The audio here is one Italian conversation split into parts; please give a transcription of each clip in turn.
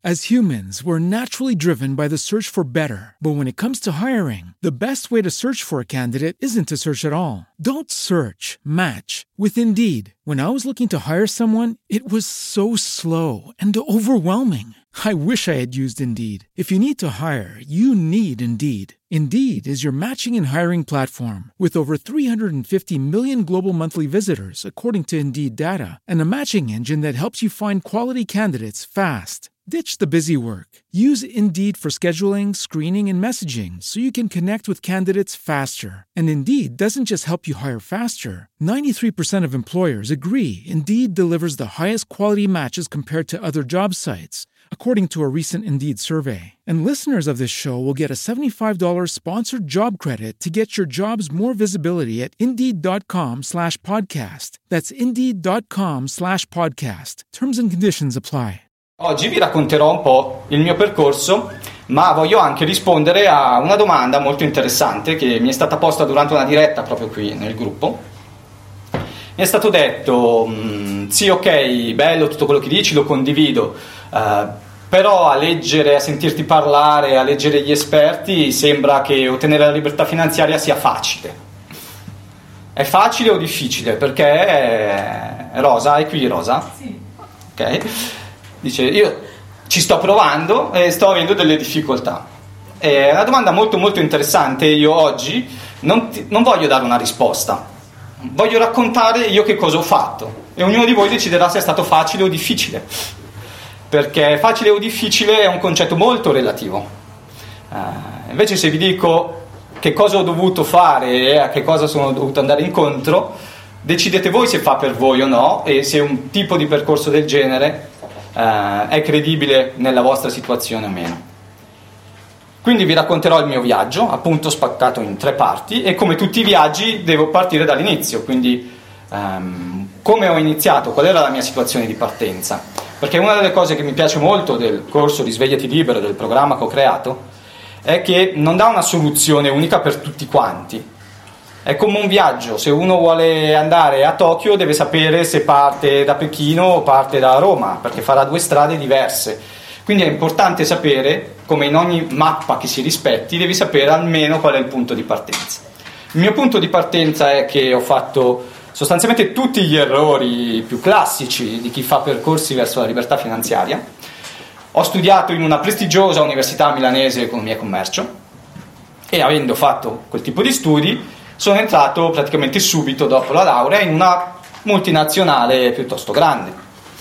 As humans, we're naturally driven by the search for better. But when it comes to hiring, the best way to search for a candidate isn't to search at all. Don't search, match with Indeed. When I was looking to hire someone, it was so slow and overwhelming. I wish I had used Indeed. If you need to hire, you need Indeed. Indeed is your matching and hiring platform with over 350 million global monthly visitors, according to Indeed data, and a matching engine that helps you find quality candidates fast. Ditch the busy work. Use Indeed for scheduling, screening, and messaging so you can connect with candidates faster. And Indeed doesn't just help you hire faster. 93% of employers agree Indeed delivers the highest quality matches compared to other job sites, according to a recent Indeed survey. And listeners of this show will get a $75 sponsored job credit to get your jobs more visibility at Indeed.com/podcast. That's Indeed.com/podcast. Terms and conditions apply. Oggi vi racconterò un po' il mio percorso, ma voglio anche rispondere a una domanda molto interessante che mi è stata posta durante una diretta proprio qui nel gruppo. Mi è stato detto, sì, ok, bello tutto quello che dici, lo condivido, però a leggere, a sentirti parlare, a leggere gli esperti, sembra che ottenere la libertà finanziaria sia facile. È facile o difficile? Perché Rosa, è qui Rosa? Sì. Ok. Dice, io ci sto provando e sto avendo delle difficoltà. È una domanda molto molto interessante. Io oggi non voglio dare una risposta, voglio raccontare io che cosa ho fatto e ognuno di voi deciderà se è stato facile o difficile, perché facile o difficile è un concetto molto relativo. Invece se vi dico che cosa ho dovuto fare e a che cosa sono dovuto andare incontro, decidete voi se fa per voi o no e se un tipo di percorso del genere è credibile nella vostra situazione o meno. Quindi vi racconterò il mio viaggio, appunto spaccato in 3 parti, e come tutti i viaggi devo partire dall'inizio, quindi come ho iniziato, qual era la mia situazione di partenza, perché una delle cose che mi piace molto del corso Risvegliati Libero, del programma che ho creato, è che non dà una soluzione unica per tutti quanti. È come un viaggio, se uno vuole andare a Tokyo deve sapere se parte da Pechino o parte da Roma, perché farà 2 strade diverse. Quindi è importante sapere, come in ogni mappa che si rispetti, devi sapere almeno qual è il punto di partenza. Il mio punto di partenza è che ho fatto sostanzialmente tutti gli errori più classici di chi fa percorsi verso la libertà finanziaria. Ho studiato in una prestigiosa università milanese economia e commercio e avendo fatto quel tipo di studi sono entrato praticamente subito dopo la laurea in una multinazionale piuttosto grande.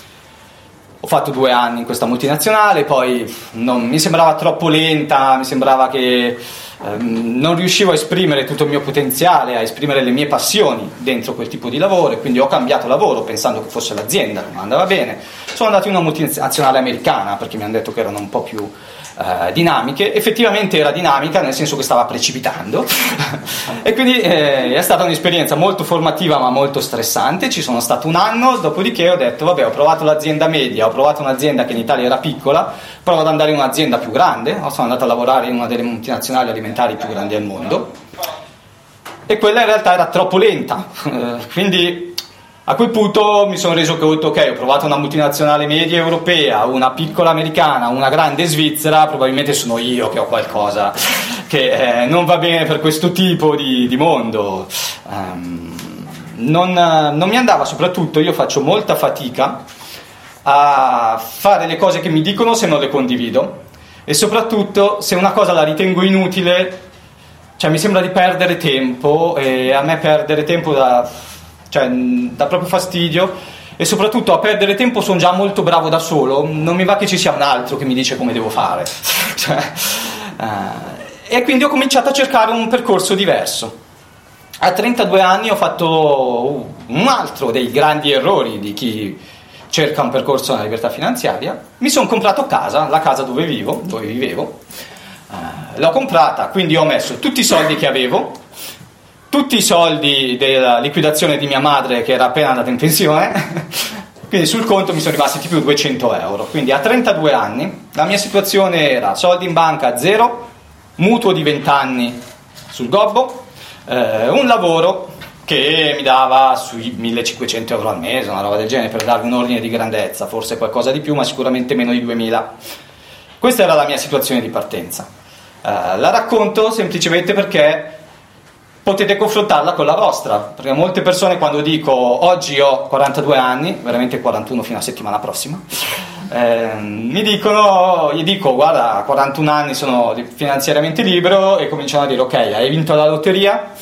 Ho fatto 2 anni in questa multinazionale, poi mi sembrava troppo lenta, mi sembrava che non riuscivo a esprimere tutto il mio potenziale, a esprimere le mie passioni dentro quel tipo di lavoro, e quindi ho cambiato lavoro pensando che fosse l'azienda, non andava bene. Sono andato in una multinazionale americana perché mi hanno detto che erano un po' più dinamiche. Effettivamente era dinamica, nel senso che stava precipitando e quindi è stata un'esperienza molto formativa ma molto stressante. Ci sono stato 1 anno, dopodiché ho detto vabbè, ho provato l'azienda media, ho provato un'azienda che in Italia era piccola, provo ad andare in un'azienda più grande. Sono andato a lavorare in una delle multinazionali alimentari più grandi al mondo e quella in realtà era troppo lenta, quindi a quel punto mi sono reso conto, ok, ho provato una multinazionale media europea, una piccola americana, una grande svizzera, probabilmente sono io che ho qualcosa che non va bene per questo tipo di mondo. Non mi andava, soprattutto io faccio molta fatica a fare le cose che mi dicono se non le condivido, e soprattutto se una cosa la ritengo inutile, cioè mi sembra di perdere tempo, e a me perdere tempo dà proprio fastidio, e soprattutto a perdere tempo sono già molto bravo da solo, non mi va che ci sia un altro che mi dice come devo fare. E quindi ho cominciato a cercare un percorso diverso. A 32 anni ho fatto un altro dei grandi errori di chi cerca un percorso nella libertà finanziaria. Mi sono comprato casa, la casa dove vivevo, l'ho comprata, quindi ho messo tutti i soldi che avevo, tutti i soldi della liquidazione di mia madre che era appena andata in pensione, quindi sul conto mi sono rimasti tipo 200 euro. Quindi a 32 anni la mia situazione era soldi in banca 0, mutuo di 20 anni sul gobbo, un lavoro che mi dava sui 1500 euro al mese, una roba del genere, per darvi un ordine di grandezza, forse qualcosa di più ma sicuramente meno di 2000. Questa era la mia situazione di partenza. La racconto semplicemente perché potete confrontarla con la vostra, perché molte persone, quando dico oggi ho 42 anni, veramente 41 fino a settimana prossima, mi dicono, gli dico guarda, a 41 anni sono finanziariamente libero, e cominciano a dire ok, hai vinto la lotteria?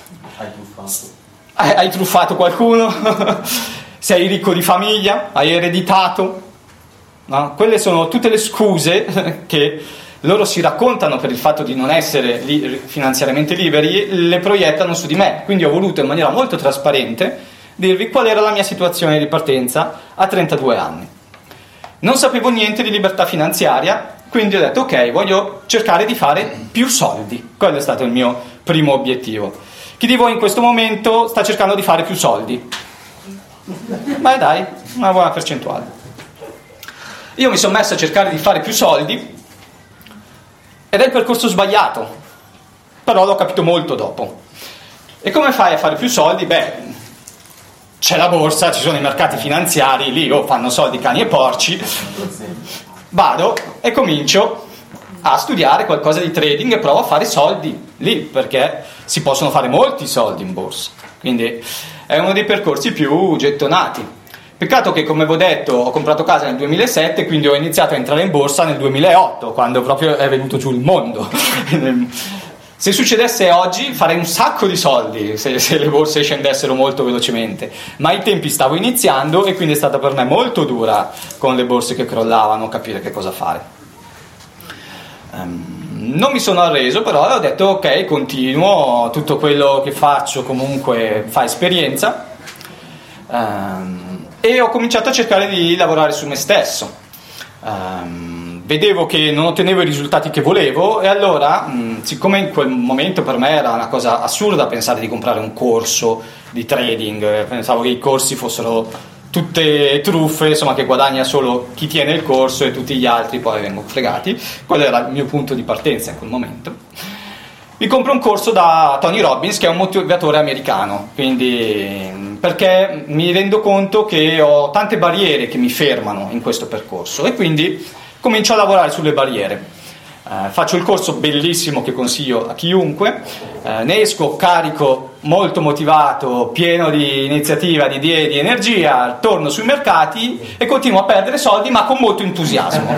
Hai truffato qualcuno? Sei ricco di famiglia? Hai ereditato? No? Quelle sono tutte le scuse che loro si raccontano per il fatto di non essere finanziariamente liberi, le proiettano su di me. Quindi ho voluto in maniera molto trasparente dirvi qual era la mia situazione di partenza a 32 anni. Non sapevo niente di libertà finanziaria, quindi ho detto ok, voglio cercare di fare più soldi. Quello è stato il mio primo obiettivo. Chi di voi in questo momento sta cercando di fare più soldi? Beh dai, una buona percentuale. Io mi sono messo a cercare di fare più soldi, ed è il percorso sbagliato, però l'ho capito molto dopo. E come fai a fare più soldi? Beh, c'è la borsa, ci sono i mercati finanziari, lì fanno soldi cani e porci. Vado e comincio a studiare qualcosa di trading e provo a fare soldi lì, perché si possono fare molti soldi in borsa. Quindi è uno dei percorsi più gettonati. Peccato che, come vi ho detto, ho comprato casa nel 2007, quindi ho iniziato a entrare in borsa nel 2008, quando proprio è venuto giù il mondo. Se succedesse oggi farei un sacco di soldi se le borse scendessero molto velocemente, ma ai tempi stavo iniziando e quindi è stata per me molto dura, con le borse che crollavano, capire che cosa fare. Non mi sono arreso, però ho detto ok, continuo, tutto quello che faccio comunque fa esperienza. E ho cominciato a cercare di lavorare su me stesso. Vedevo che non ottenevo i risultati che volevo, e allora, siccome in quel momento per me era una cosa assurda pensare di comprare un corso di trading, pensavo che i corsi fossero tutte truffe, insomma, che guadagna solo chi tiene il corso e tutti gli altri poi vengono fregati. Quello era il mio punto di partenza in quel momento. Mi compro un corso da Tony Robbins, che è un motivatore americano, quindi perché mi rendo conto che ho tante barriere che mi fermano in questo percorso, e quindi comincio a lavorare sulle barriere. Faccio il corso bellissimo che consiglio a chiunque, ne esco carico, molto motivato, pieno di iniziativa, di idee, di energia, torno sui mercati e continuo a perdere soldi, ma con molto entusiasmo,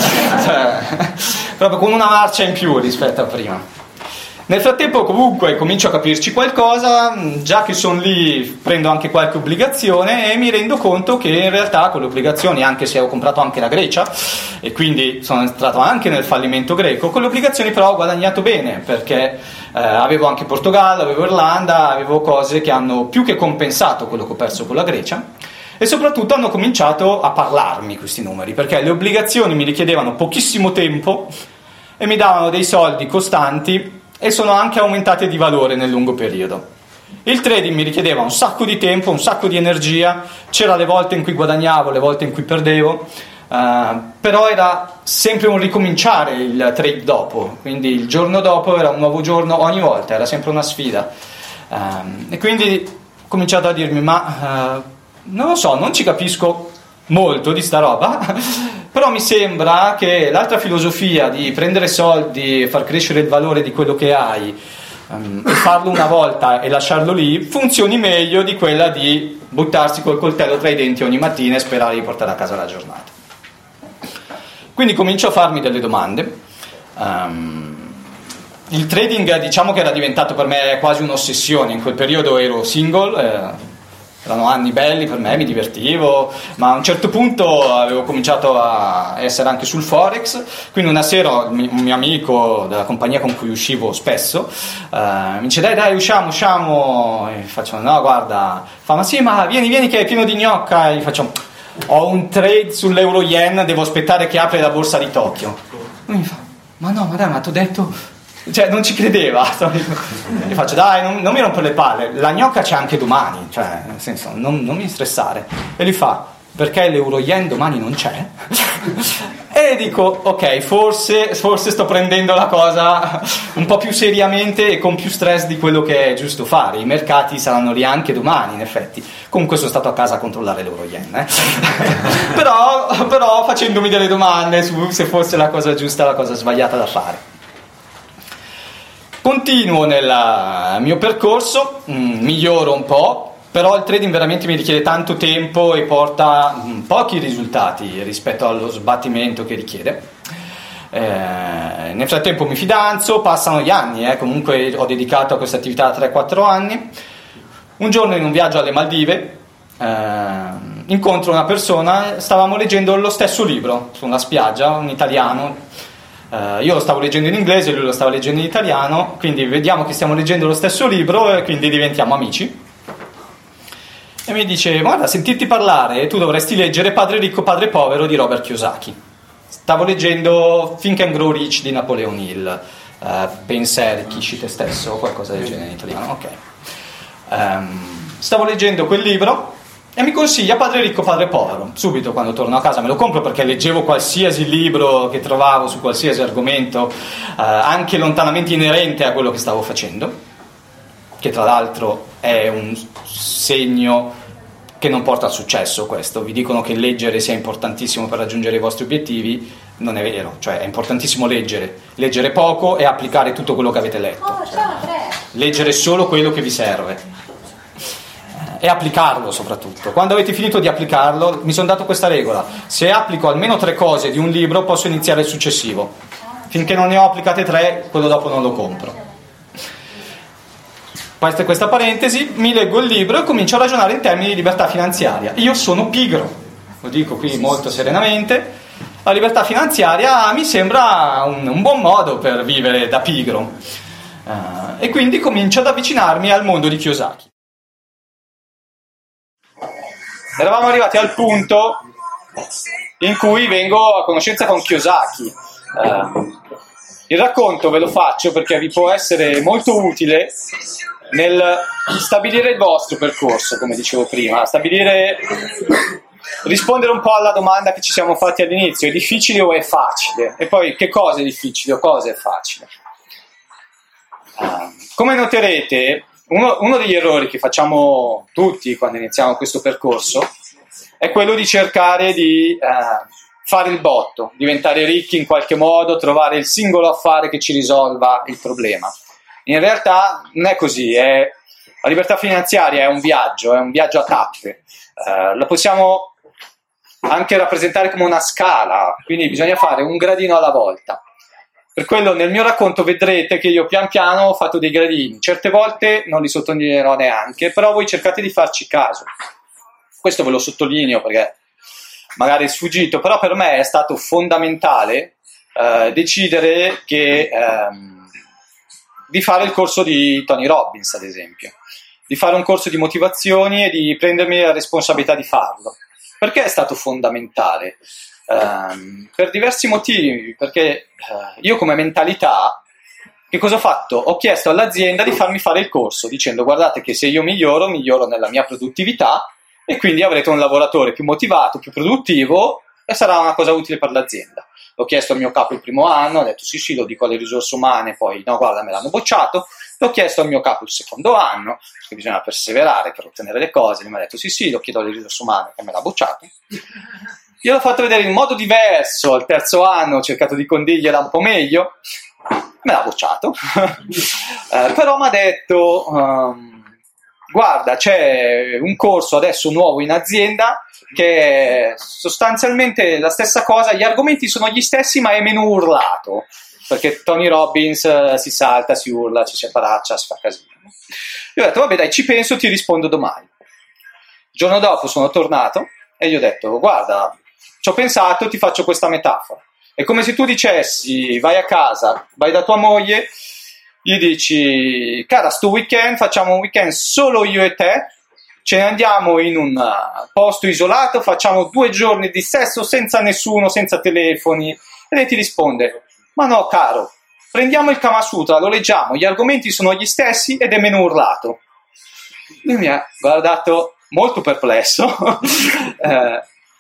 proprio con una marcia in più rispetto a prima. Nel frattempo comunque comincio a capirci qualcosa, già che sono lì prendo anche qualche obbligazione e mi rendo conto che in realtà con le obbligazioni, anche se ho comprato anche la Grecia e quindi sono entrato anche nel fallimento greco, con le obbligazioni però ho guadagnato bene, perché avevo anche Portogallo, avevo Irlanda, avevo cose che hanno più che compensato quello che ho perso con la Grecia, e soprattutto hanno cominciato a parlarmi questi numeri, perché le obbligazioni mi richiedevano pochissimo tempo e mi davano dei soldi costanti, e sono anche aumentate di valore nel lungo periodo. Il trading mi richiedeva un sacco di tempo, un sacco di energia, c'era le volte in cui guadagnavo, le volte in cui perdevo, però era sempre un ricominciare il trade dopo, quindi il giorno dopo era un nuovo giorno ogni volta, era sempre una sfida. E quindi ho cominciato a dirmi non lo so, non ci capisco molto di sta roba, però mi sembra che l'altra filosofia di prendere soldi e far crescere il valore di quello che hai e farlo una volta e lasciarlo lì funzioni meglio di quella di buttarsi col coltello tra i denti ogni mattina e sperare di portare a casa la giornata. Quindi comincio a farmi delle domande. Il trading, diciamo che era diventato per me quasi un'ossessione. In quel periodo ero single, erano anni belli per me, mi divertivo, ma a un certo punto avevo cominciato a essere anche sul Forex, quindi una sera un mio amico della compagnia con cui uscivo spesso mi dice dai usciamo, e faccio no guarda, ma sì, ma vieni che è pieno di gnocca, e gli faccio ho un trade sull'euro yen, devo aspettare che apre la borsa di Tokyo. Lui mi fa ma ti ho detto, cioè non ci credeva. Gli faccio dai, non mi rompere le palle, la gnocca c'è anche domani, cioè nel senso non mi stressare. E lui fa perché l'euro yen domani non c'è. E dico, ok, forse sto prendendo la cosa un po' più seriamente e con più stress di quello che è giusto fare. I mercati saranno lì anche domani, in effetti. Comunque sono stato a casa a controllare l'euro yen, però facendomi delle domande su se fosse la cosa giusta o la cosa sbagliata da fare. Continuo nel mio percorso, miglioro un po'. Però il trading veramente mi richiede tanto tempo e porta pochi risultati rispetto allo sbattimento che richiede. Nel frattempo mi fidanzo, passano gli anni, comunque ho dedicato a questa attività 3-4 anni. Un giorno in un viaggio alle Maldive incontro una persona, stavamo leggendo lo stesso libro su una spiaggia, un italiano. Io lo stavo leggendo in inglese, lui lo stava leggendo in italiano, quindi vediamo che stiamo leggendo lo stesso libro e quindi diventiamo amici. E mi dice, guarda, sentirti parlare, tu dovresti leggere Padre ricco, padre povero di Robert Kiyosaki. Stavo leggendo Think and Grow Rich di Napoleon Hill, Pensa e arricchisci te stesso, qualcosa del genere in italiano, ok. Stavo leggendo quel libro e mi consiglia Padre ricco, padre povero. Subito quando torno a casa me lo compro perché leggevo qualsiasi libro che trovavo su qualsiasi argomento, anche lontanamente inerente a quello che stavo facendo, che tra l'altro è un segno che non porta al successo questo. Vi dicono che leggere sia importantissimo per raggiungere i vostri obiettivi, non è vero, cioè è importantissimo leggere poco e applicare tutto quello che avete letto, leggere solo quello che vi serve e applicarlo soprattutto. Quando avete finito di applicarlo, mi sono dato questa regola: se applico almeno 3 cose di un libro posso iniziare il successivo, finché non ne ho applicate 3 quello dopo non lo compro. Questa parentesi, mi leggo il libro e comincio a ragionare in termini di libertà finanziaria. Io sono pigro, lo dico qui molto serenamente, la libertà finanziaria mi sembra un buon modo per vivere da pigro, e quindi comincio ad avvicinarmi al mondo di Kiyosaki. Eravamo arrivati al punto in cui vengo a conoscenza con Kiyosaki. Il racconto ve lo faccio perché vi può essere molto utile nel stabilire il vostro percorso, come dicevo prima, rispondere un po' alla domanda che ci siamo fatti all'inizio: è difficile o è facile? E poi che cosa è difficile o cosa è facile? Come noterete, uno degli errori che facciamo tutti quando iniziamo questo percorso è quello di cercare di fare il botto, diventare ricchi in qualche modo, trovare il singolo affare che ci risolva il problema. In realtà non è così, la libertà finanziaria è un viaggio a tappe. La possiamo anche rappresentare come una scala, quindi bisogna fare un gradino alla volta. Per quello nel mio racconto vedrete che io pian piano ho fatto dei gradini, certe volte non li sottolineerò neanche, però voi cercate di farci caso. Questo ve lo sottolineo perché magari è sfuggito, però per me è stato fondamentale decidere di fare il corso di Tony Robbins, ad esempio, di fare un corso di motivazioni e di prendermi la responsabilità di farlo. Perché è stato fondamentale? Per diversi motivi, perché io come mentalità, che cosa ho fatto? Ho chiesto all'azienda di farmi fare il corso, dicendo: guardate che se io miglioro nella mia produttività e quindi avrete un lavoratore più motivato, più produttivo e sarà una cosa utile per l'azienda. L'ho chiesto al mio capo il primo anno, ha detto sì, lo dico alle risorse umane, poi no, guarda, me l'hanno bocciato. L'ho chiesto al mio capo il secondo anno, perché bisogna perseverare per ottenere le cose, lui mi ha detto sì, lo chiedo alle risorse umane, e me l'ha bocciato. Io l'ho fatto vedere in modo diverso al terzo anno, ho cercato di condigliela un po' meglio, me l'ha bocciato. Però mi ha detto guarda, c'è un corso adesso nuovo in azienda che è sostanzialmente la stessa cosa, gli argomenti sono gli stessi ma è meno urlato, perché Tony Robbins si salta, si urla, ci si apparaccia, si fa casino. Io ho detto vabbè dai, ci penso, ti rispondo domani. Il giorno dopo sono tornato e gli ho detto guarda, ci ho pensato, ti faccio questa metafora. È come se tu dicessi: vai a casa, vai da tua moglie, gli dici: cara, sto weekend facciamo un weekend solo io e te, ce ne andiamo in un posto isolato, facciamo 2 giorni di sesso senza nessuno, senza telefoni. E lei ti risponde: ma no caro, prendiamo il Kama Sutra, lo leggiamo, gli argomenti sono gli stessi ed è meno urlato. Lui mi ha guardato molto perplesso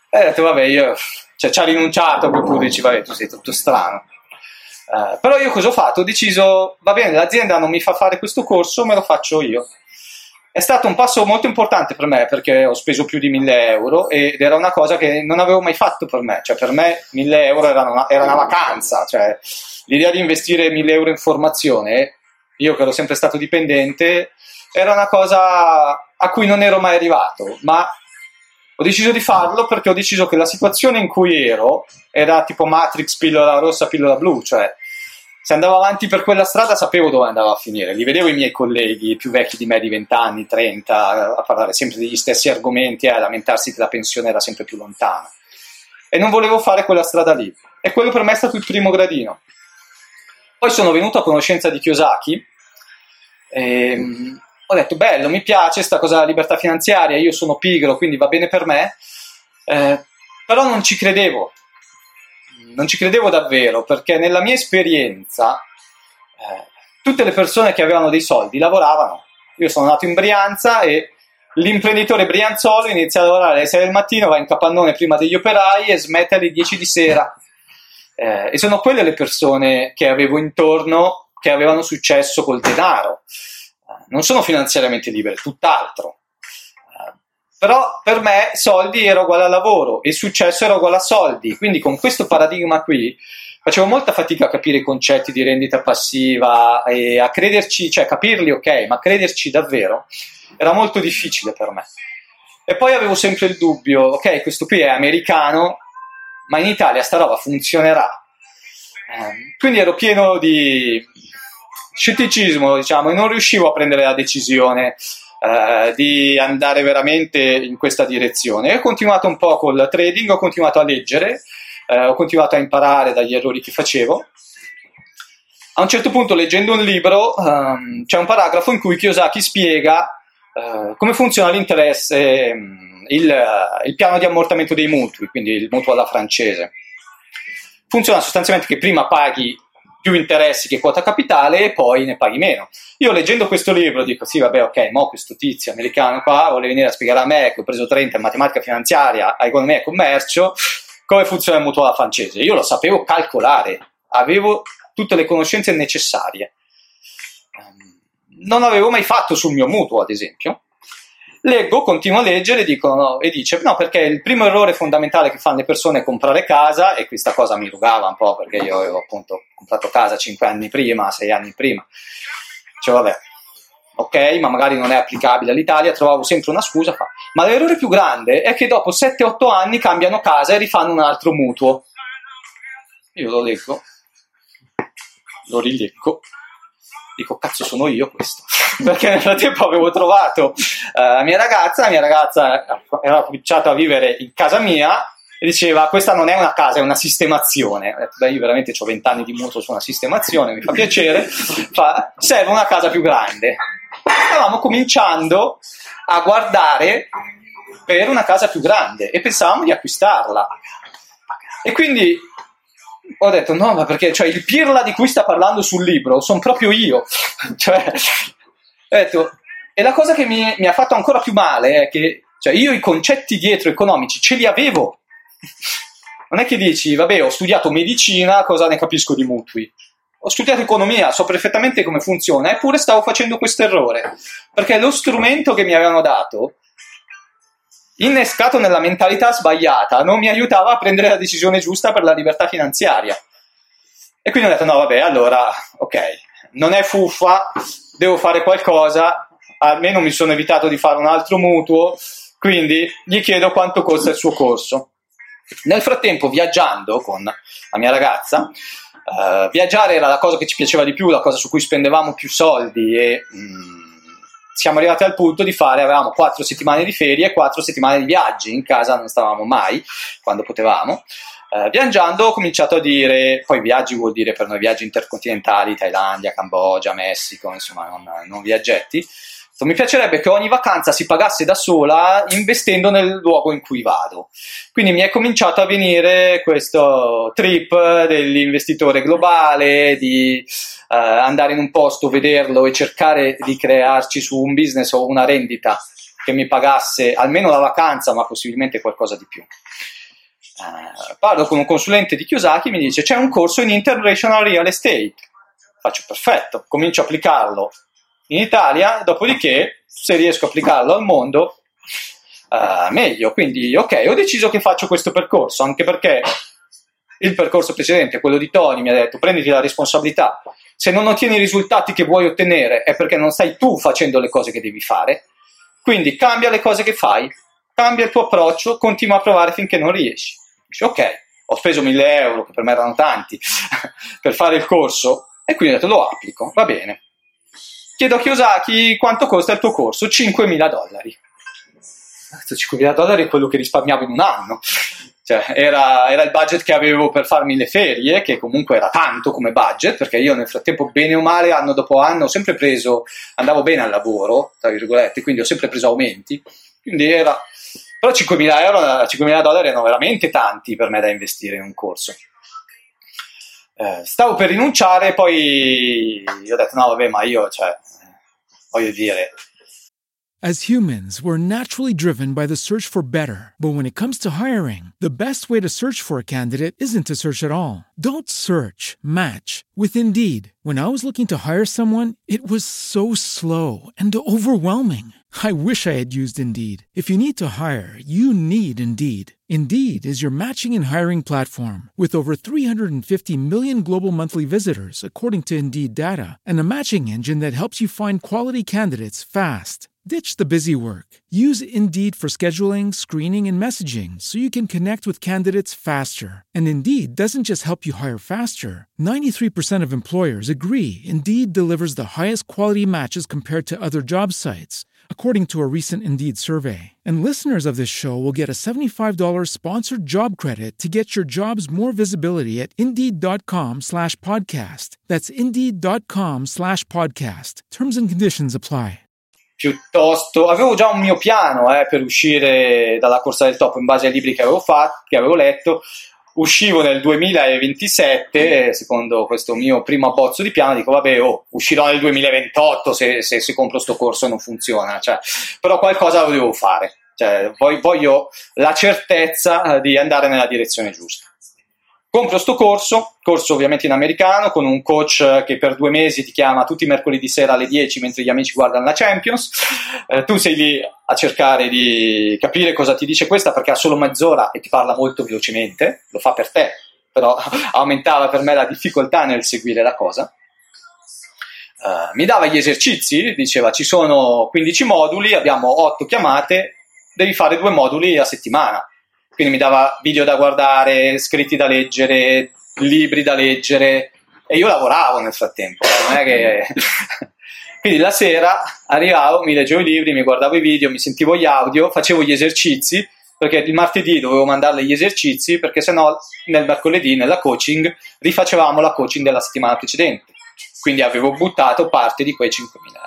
E ho detto, vabbè, io, cioè, ci ha rinunciato, a quel punto dici, vabbè, tu sei tutto strano. Però io cosa ho fatto? Ho deciso, va bene, l'azienda non mi fa fare questo corso, me lo faccio io. È stato un passo molto importante per me, perché ho speso più di 1.000 euro ed era una cosa che non avevo mai fatto per me. Cioè, per me 1.000 euro era una vacanza. Cioè, l'idea di investire 1.000 euro in formazione, io che ero sempre stato dipendente, era una cosa a cui non ero mai arrivato. Ma ho deciso di farlo perché ho deciso che la situazione in cui ero era tipo Matrix, pillola rossa, pillola blu. Cioè, se andavo avanti per quella strada sapevo dove andavo a finire, li vedevo i miei colleghi più vecchi di me di 20 anni, 30, a parlare sempre degli stessi argomenti e a lamentarsi che la pensione era sempre più lontana. E non volevo fare quella strada lì. E quello per me è stato il primo gradino. Poi sono venuto a conoscenza di Kiyosaki e ho detto, bello, mi piace sta cosa della libertà finanziaria, io sono pigro, quindi va bene per me, però non ci credevo. Non ci credevo davvero, perché nella mia esperienza tutte le persone che avevano dei soldi lavoravano. Io sono nato in Brianza e l'imprenditore brianzolo inizia a lavorare alle 6 del mattino, va in capannone prima degli operai e smette alle 10 di sera. E sono quelle le persone che avevo intorno che avevano successo col denaro. Non sono finanziariamente libere, tutt'altro. Però per me soldi era uguale a lavoro e successo era uguale a soldi, quindi con questo paradigma qui facevo molta fatica a capire i concetti di rendita passiva e a crederci, cioè capirli ok, ma crederci davvero era molto difficile per me. E poi avevo sempre il dubbio, ok, questo qui è americano, ma in Italia sta roba funzionerà? Quindi ero pieno di scetticismo, diciamo, e non riuscivo a prendere la decisione di andare veramente in questa direzione. E ho continuato un po' col trading, ho continuato a leggere, ho continuato a imparare dagli errori che facevo. A un certo punto, leggendo un libro, c'è un paragrafo in cui Kiyosaki spiega come funziona l'interesse, il piano di ammortamento dei mutui, quindi il mutuo alla francese. Funziona sostanzialmente che prima paghi più interessi che quota capitale e poi ne paghi meno. Io leggendo questo libro dico, sì vabbè ok, mo questo tizio americano qua vuole venire a spiegare a me che ho preso 30 in matematica finanziaria, a economia e commercio, come funziona il mutuo alla francese. Io lo sapevo calcolare, avevo tutte le conoscenze necessarie. Non avevo mai fatto sul mio mutuo, ad esempio. Leggo, continuo a leggere e dice no, perché il primo errore fondamentale che fanno le persone è comprare casa, e questa cosa mi rugava un po' perché io avevo appunto comprato casa 5 anni prima, 6 anni prima. Cioè vabbè, ok, ma magari non è applicabile all'Italia, trovavo sempre una scusa, ma l'errore più grande è che dopo 7-8 anni cambiano casa e rifanno un altro mutuo. Io lo leggo, lo rileggo, dico cazzo sono io questo, perché nel frattempo avevo trovato la mia ragazza era cominciata a vivere in casa mia e diceva questa non è una casa, è una sistemazione. Ho detto, beh, io veramente ho 20 anni di mutuo su una sistemazione, mi fa piacere, serve una casa più grande. Stavamo cominciando a guardare per una casa più grande e pensavamo di acquistarla, e quindi ho detto no, ma perché, cioè, il pirla di cui sta parlando sul libro sono proprio io. Cioè, ho detto, e la cosa che mi ha fatto ancora più male è che, cioè, io i concetti dietro economici ce li avevo. Non è che dici vabbè, ho studiato medicina, cosa ne capisco di mutui? Ho studiato economia, so perfettamente come funziona, eppure stavo facendo questo errore, perché lo strumento che mi avevano dato, innescato nella mentalità sbagliata, non mi aiutava a prendere la decisione giusta per la libertà finanziaria. E quindi ho detto no vabbè, allora ok, non è fuffa, devo fare qualcosa, almeno mi sono evitato di fare un altro mutuo, quindi gli chiedo quanto costa il suo corso. Nel frattempo, viaggiando con la mia ragazza, viaggiare era la cosa che ci piaceva di più, la cosa su cui spendevamo più soldi, e siamo arrivati al punto di avevamo 4 settimane di ferie e 4 settimane di viaggi, in casa non stavamo mai quando potevamo. Viaggiando ho cominciato a dire, poi viaggi vuol dire per noi viaggi intercontinentali, Thailandia, Cambogia, Messico, insomma non viaggetti. Mi piacerebbe che ogni vacanza si pagasse da sola investendo nel luogo in cui vado. Quindi mi è cominciato a venire questo trip dell'investitore globale, di andare in un posto, vederlo e cercare di crearci su un business o una rendita che mi pagasse almeno la vacanza, ma possibilmente qualcosa di più. Parlo con un consulente di Kiyosaki, mi dice c'è un corso in International Real Estate. Faccio perfetto, comincio a applicarlo in Italia, dopodiché se riesco a applicarlo al mondo meglio. Quindi ok, ho deciso che faccio questo percorso, anche perché il percorso precedente, quello di Tony, mi ha detto prenditi la responsabilità, se non ottieni i risultati che vuoi ottenere è perché non stai tu facendo le cose che devi fare, quindi cambia le cose che fai, cambia il tuo approccio, continua a provare finché non riesci. Dici ok, ho speso 1.000 euro, che per me erano tanti, per fare il corso, e quindi ho detto lo applico, va bene. Chiedo a Kiyosaki quanto costa il tuo corso, $5.000. $5.000 è quello che risparmiavo in un anno. Cioè, era il budget che avevo per farmi le ferie, che comunque era tanto come budget, perché io nel frattempo, bene o male, anno dopo anno, ho sempre preso, andavo bene al lavoro, tra virgolette, quindi ho sempre preso aumenti, quindi era... Però $5.000 erano veramente tanti per me da investire in un corso. Stavo per rinunciare, poi ho detto no vabbè, ma io, voglio dire... As humans, we're naturally driven by the search for better. But when it comes to hiring, the best way to search for a candidate isn't to search at all. Don't search, match with Indeed. When I was looking to hire someone, it was so slow and overwhelming. I wish I had used Indeed. If you need to hire, you need Indeed. Indeed is your matching and hiring platform with over 350 million global monthly visitors, according to Indeed data, and a matching engine that helps you find quality candidates fast. Ditch the busy work. Use Indeed for scheduling, screening, and messaging so you can connect with candidates faster. And Indeed doesn't just help you hire faster. 93% of employers agree Indeed delivers the highest quality matches compared to other job sites, according to a recent Indeed survey. And listeners of this show will get a $75 sponsored job credit to get your jobs more visibility at Indeed.com/podcast. That's Indeed.com/podcast. Terms and conditions apply. Piuttosto, avevo già un mio piano per uscire dalla corsa del topo in base ai libri che avevo letto. Uscivo nel 2027, secondo questo mio primo abbozzo di piano, dico vabbè, uscirò nel 2028 se compro sto corso e non funziona, però qualcosa lo devo fare, voglio la certezza di andare nella direzione giusta. Compro sto corso ovviamente in americano, con un coach che per 2 mesi ti chiama tutti i mercoledì sera alle 10 mentre gli amici guardano la Champions. Tu sei lì a cercare di capire cosa ti dice questa, perché ha solo mezz'ora e ti parla molto velocemente, lo fa per te, però aumentava per me la difficoltà nel seguire la cosa. Mi dava gli esercizi, diceva ci sono 15 moduli, abbiamo 8 chiamate, devi fare 2 moduli a settimana. Quindi mi dava video da guardare, scritti da leggere, libri da leggere, e io lavoravo nel frattempo, non è che... Quindi la sera arrivavo, mi leggevo i libri, mi guardavo i video, mi sentivo gli audio, facevo gli esercizi, perché il martedì dovevo mandarle gli esercizi, perché sennò nel mercoledì, nella coaching, rifacevamo la coaching della settimana precedente. Quindi avevo buttato parte di quei 5.000 euro.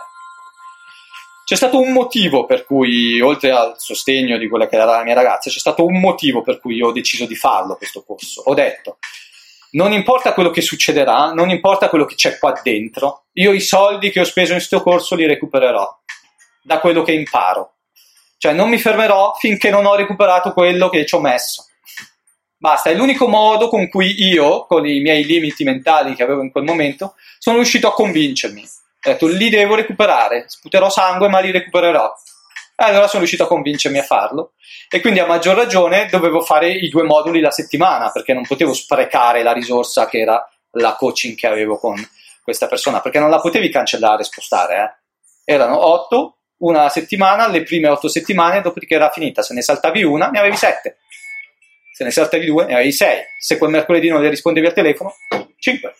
C'è stato un motivo per cui, oltre al sostegno di quella che era la mia ragazza, c'è stato un motivo per cui io ho deciso di farlo questo corso. Ho detto, non importa quello che succederà, non importa quello che c'è qua dentro, io i soldi che ho speso in questo corso li recupererò da quello che imparo. Non mi fermerò finché non ho recuperato quello che ci ho messo. Basta, è l'unico modo con cui io, con i miei limiti mentali che avevo in quel momento, sono riuscito a convincermi. Ho detto, li devo recuperare, sputerò sangue ma li recupererò. E allora sono riuscito a convincermi a farlo, e quindi a maggior ragione dovevo fare i 2 moduli la settimana, perché non potevo sprecare la risorsa che era la coaching che avevo con questa persona, perché non la potevi cancellare e spostare. Erano 8, una alla settimana, le prime 8 settimane, dopodiché era finita. Se ne saltavi una, ne avevi 7. Se ne saltavi 2, ne avevi 6. Se quel mercoledì non le rispondevi al telefono, 5.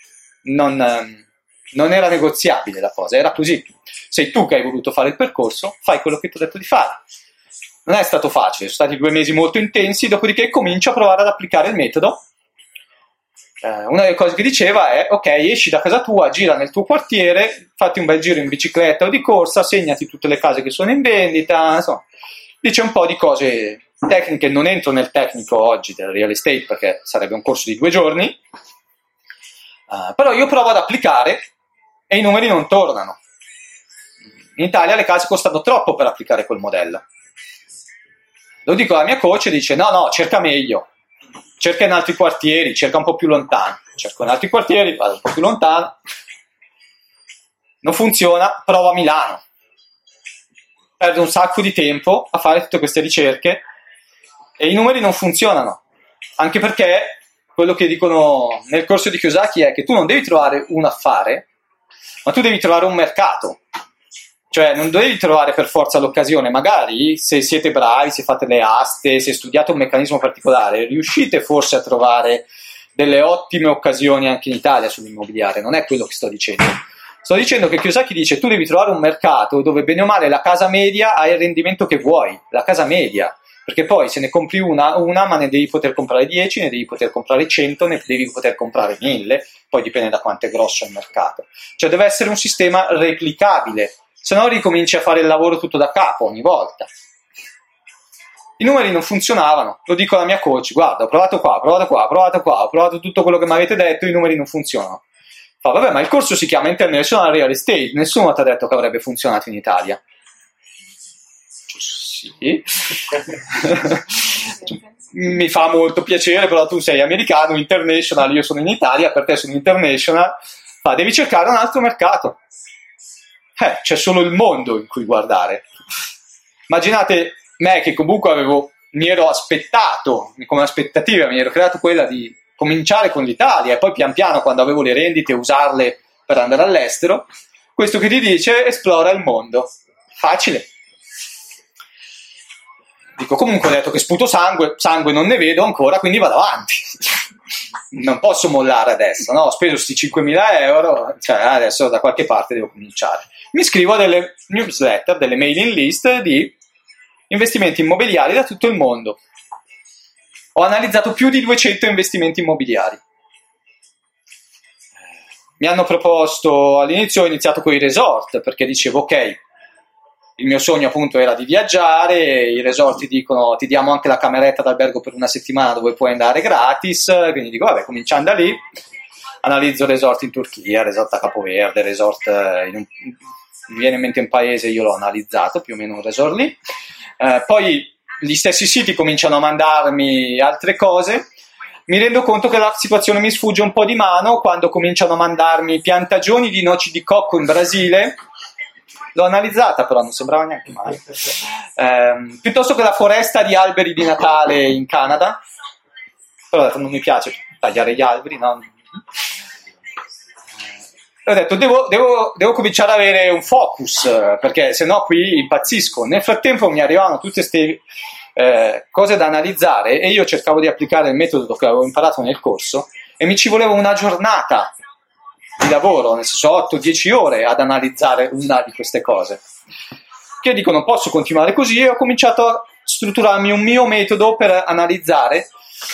Non era negoziabile la cosa, era così. Sei tu che hai voluto fare il percorso, fai quello che ti ho detto di fare. Non è stato facile, sono stati 2 mesi molto intensi, dopodiché comincio a provare ad applicare il metodo. Una delle cose che diceva è, ok, esci da casa tua, gira nel tuo quartiere, fatti un bel giro in bicicletta o di corsa, segnati tutte le case che sono in vendita, insomma. Dice un po' di cose tecniche, non entro nel tecnico oggi del real estate perché sarebbe un corso di 2 giorni, però io provo ad applicare e i numeri non tornano. In Italia le case costano troppo per applicare quel modello. Lo dico alla mia coach e dice no, cerca meglio. cerca in altri quartieri, cerca un po' più lontano, cerco in altri quartieri, vado un po' più lontano, non funziona, provo a Milano, perdo un sacco di tempo a fare tutte queste ricerche e i numeri non funzionano, anche perché quello che dicono nel corso di Kiyosaki è che tu non devi trovare un affare, ma tu devi trovare un mercato. Cioè non devi trovare per forza l'occasione, magari se siete bravi, se fate le aste, se studiate un meccanismo particolare, riuscite forse a trovare delle ottime occasioni anche in Italia sull'immobiliare, non è quello che sto dicendo. Sto dicendo che Kiyosaki dice tu devi trovare un mercato dove bene o male la casa media ha il rendimento che vuoi, la casa media, perché poi se ne compri una ma ne devi poter comprare 10, ne devi poter comprare 100, ne devi poter comprare 1000, poi dipende da quanto è grosso il mercato. Cioè deve essere un sistema replicabile, se no ricominci a fare il lavoro tutto da capo ogni volta. I numeri non funzionavano, lo dico alla mia coach, guarda, ho provato qua, ho provato tutto quello che mi avete detto, i numeri non funzionano. Fa, vabbè, ma il corso si chiama International Real Estate, nessuno ti ha detto che avrebbe funzionato in Italia. Sì. Mi fa molto piacere, però tu sei americano, international, io sono in Italia, per te sono international. Fa, devi cercare un altro mercato. C'è solo il mondo in cui guardare. Immaginate me che comunque mi ero aspettato, come aspettativa mi ero creato quella di cominciare con l'Italia e poi pian piano quando avevo le rendite usarle per andare all'estero. Questo che ti dice esplora il mondo. Facile. Dico, comunque ho detto che sputo sangue non ne vedo ancora, quindi vado avanti. Non posso mollare adesso, no? Ho speso questi 5.000 euro, cioè adesso da qualche parte devo cominciare. Mi iscrivo a delle newsletter, delle mailing list di investimenti immobiliari da tutto il mondo. Ho analizzato più di 200 investimenti immobiliari. Mi hanno proposto, all'inizio ho iniziato con i resort, perché dicevo, ok, il mio sogno appunto era di viaggiare, i resort ti dicono ti diamo anche la cameretta d'albergo per una settimana dove puoi andare gratis, quindi dico vabbè, cominciando da lì, analizzo resort in Turchia, resort a Capoverde, resort mi viene in mente un paese, io l'ho analizzato, più o meno un resort lì, poi gli stessi siti cominciano a mandarmi altre cose, mi rendo conto che la situazione mi sfugge un po' di mano quando cominciano a mandarmi piantagioni di noci di cocco in Brasile. L'ho analizzata, però non sembrava neanche male. Piuttosto che la foresta di alberi di Natale in Canada. Però ho detto, non mi piace tagliare gli alberi, no? Ho detto, devo cominciare ad avere un focus, perché sennò qui impazzisco. Nel frattempo mi arrivavano tutte queste cose da analizzare e io cercavo di applicare il metodo che avevo imparato nel corso e mi ci voleva una giornata di lavoro, nel senso 8-10 ore ad analizzare una di queste cose. Che dico, non posso continuare così, e ho cominciato a strutturarmi un mio metodo per analizzare